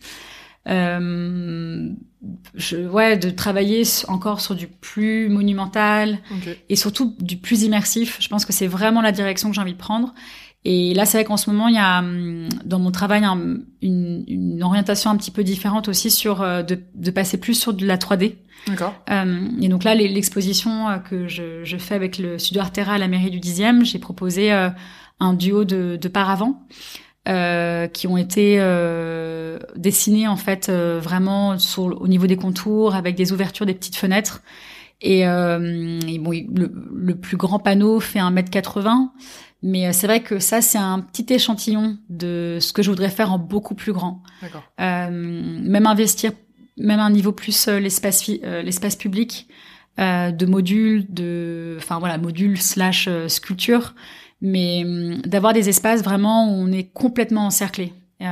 De travailler encore sur du plus monumental et surtout du plus immersif. Je pense que c'est vraiment la direction que j'ai envie de prendre. Et là, c'est vrai qu'en ce moment, il y a dans mon travail une orientation un petit peu différente aussi sur de passer plus sur de la 3D. D'accord. Et donc là, l'exposition que je fais avec le Studio Artera à la mairie du 10e, j'ai proposé un duo de paravents qui ont été dessinés en fait vraiment au niveau des contours avec des ouvertures, des petites fenêtres. Et bon, le plus grand panneau fait 1m80. Mais c'est vrai que ça, c'est un petit échantillon de ce que je voudrais faire en beaucoup plus grand. D'accord. Même investir, même à un niveau plus l'espace public, de modules, modules / sculpture, mais d'avoir des espaces vraiment où on est complètement encerclé,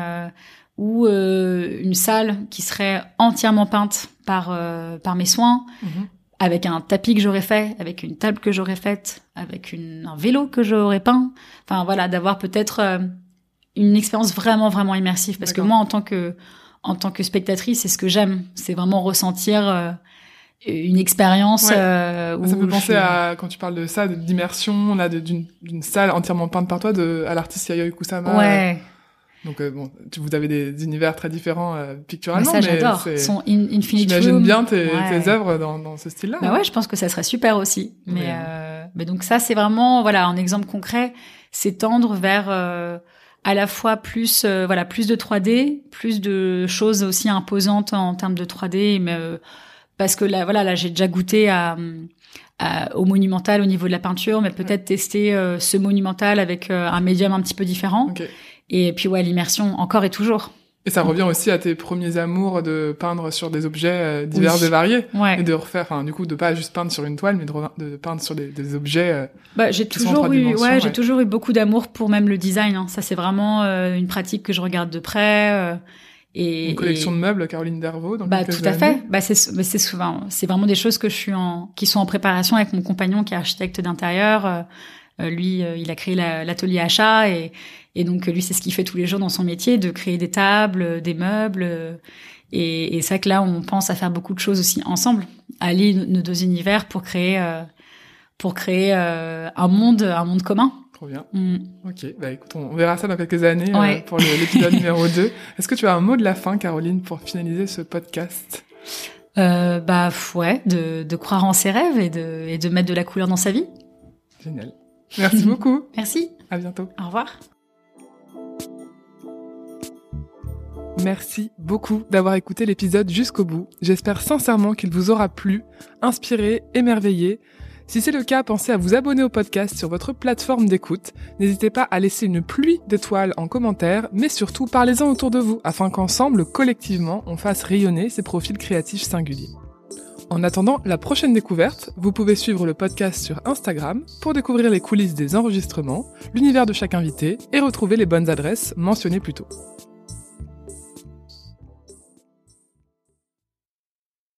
ou une salle qui serait entièrement peinte par mes soins. Mm-hmm. Avec un tapis que j'aurais fait, avec une table que j'aurais faite, avec un vélo que j'aurais peint. Enfin voilà, d'avoir peut-être une expérience vraiment vraiment immersive. Parce que moi, en tant que spectatrice, c'est ce que j'aime. C'est vraiment ressentir une expérience. Ça peut penser à, quand tu parles de ça, d'immersion, là, d'une salle entièrement peinte par toi, à l'artiste Yayoi Kusama. Ouais. Donc vous avez des univers très différents picturalement, mais ça j'adore. Son Infinite Room. J'imagine bien tes œuvres dans ce style-là. Bah ouais, je pense que ça serait super aussi. Mais donc ça c'est vraiment un exemple concret, c'est tendre vers à la fois plus de 3D, plus de choses aussi imposantes en termes de 3D, mais parce que là j'ai déjà goûté au monumental au niveau de la peinture, mais peut-être tester ce monumental avec un médium un petit peu différent. Okay. Et puis l'immersion encore et toujours. Et ça revient aussi à tes premiers amours de peindre sur des objets divers et variés, et de refaire, du coup, de pas juste peindre sur une toile, mais de peindre sur des objets. J'ai toujours eu beaucoup d'amour pour même le design. Hein. Ça c'est vraiment une pratique que je regarde de près. Une collection de meubles, Caroline Dervaux. Tout à fait. C'est souvent, c'est vraiment des choses que qui sont en préparation avec mon compagnon qui est architecte d'intérieur. Lui, il a créé l'atelier achat et donc lui, c'est ce qu'il fait tous les jours dans son métier, de créer des tables, des meubles. Et c'est vrai que là, on pense à faire beaucoup de choses aussi ensemble, à allier nos deux univers pour créer un monde commun. Trop bien. Ok, écoute, on verra ça dans quelques années pour l'épisode numéro 2. Est-ce que tu as un mot de la fin, Caroline, pour finaliser ce podcast? De croire en ses rêves et de mettre de la couleur dans sa vie. Génial. Merci beaucoup. Merci. À bientôt. Au revoir. Merci beaucoup d'avoir écouté l'épisode jusqu'au bout. J'espère sincèrement qu'il vous aura plu, inspiré, émerveillé. Si c'est le cas, pensez à vous abonner au podcast sur votre plateforme d'écoute. N'hésitez pas à laisser une pluie d'étoiles en commentaire, mais surtout parlez-en autour de vous, afin qu'ensemble, collectivement, on fasse rayonner ces profils créatifs singuliers. En attendant la prochaine découverte, vous pouvez suivre le podcast sur Instagram pour découvrir les coulisses des enregistrements, l'univers de chaque invité et retrouver les bonnes adresses mentionnées plus tôt.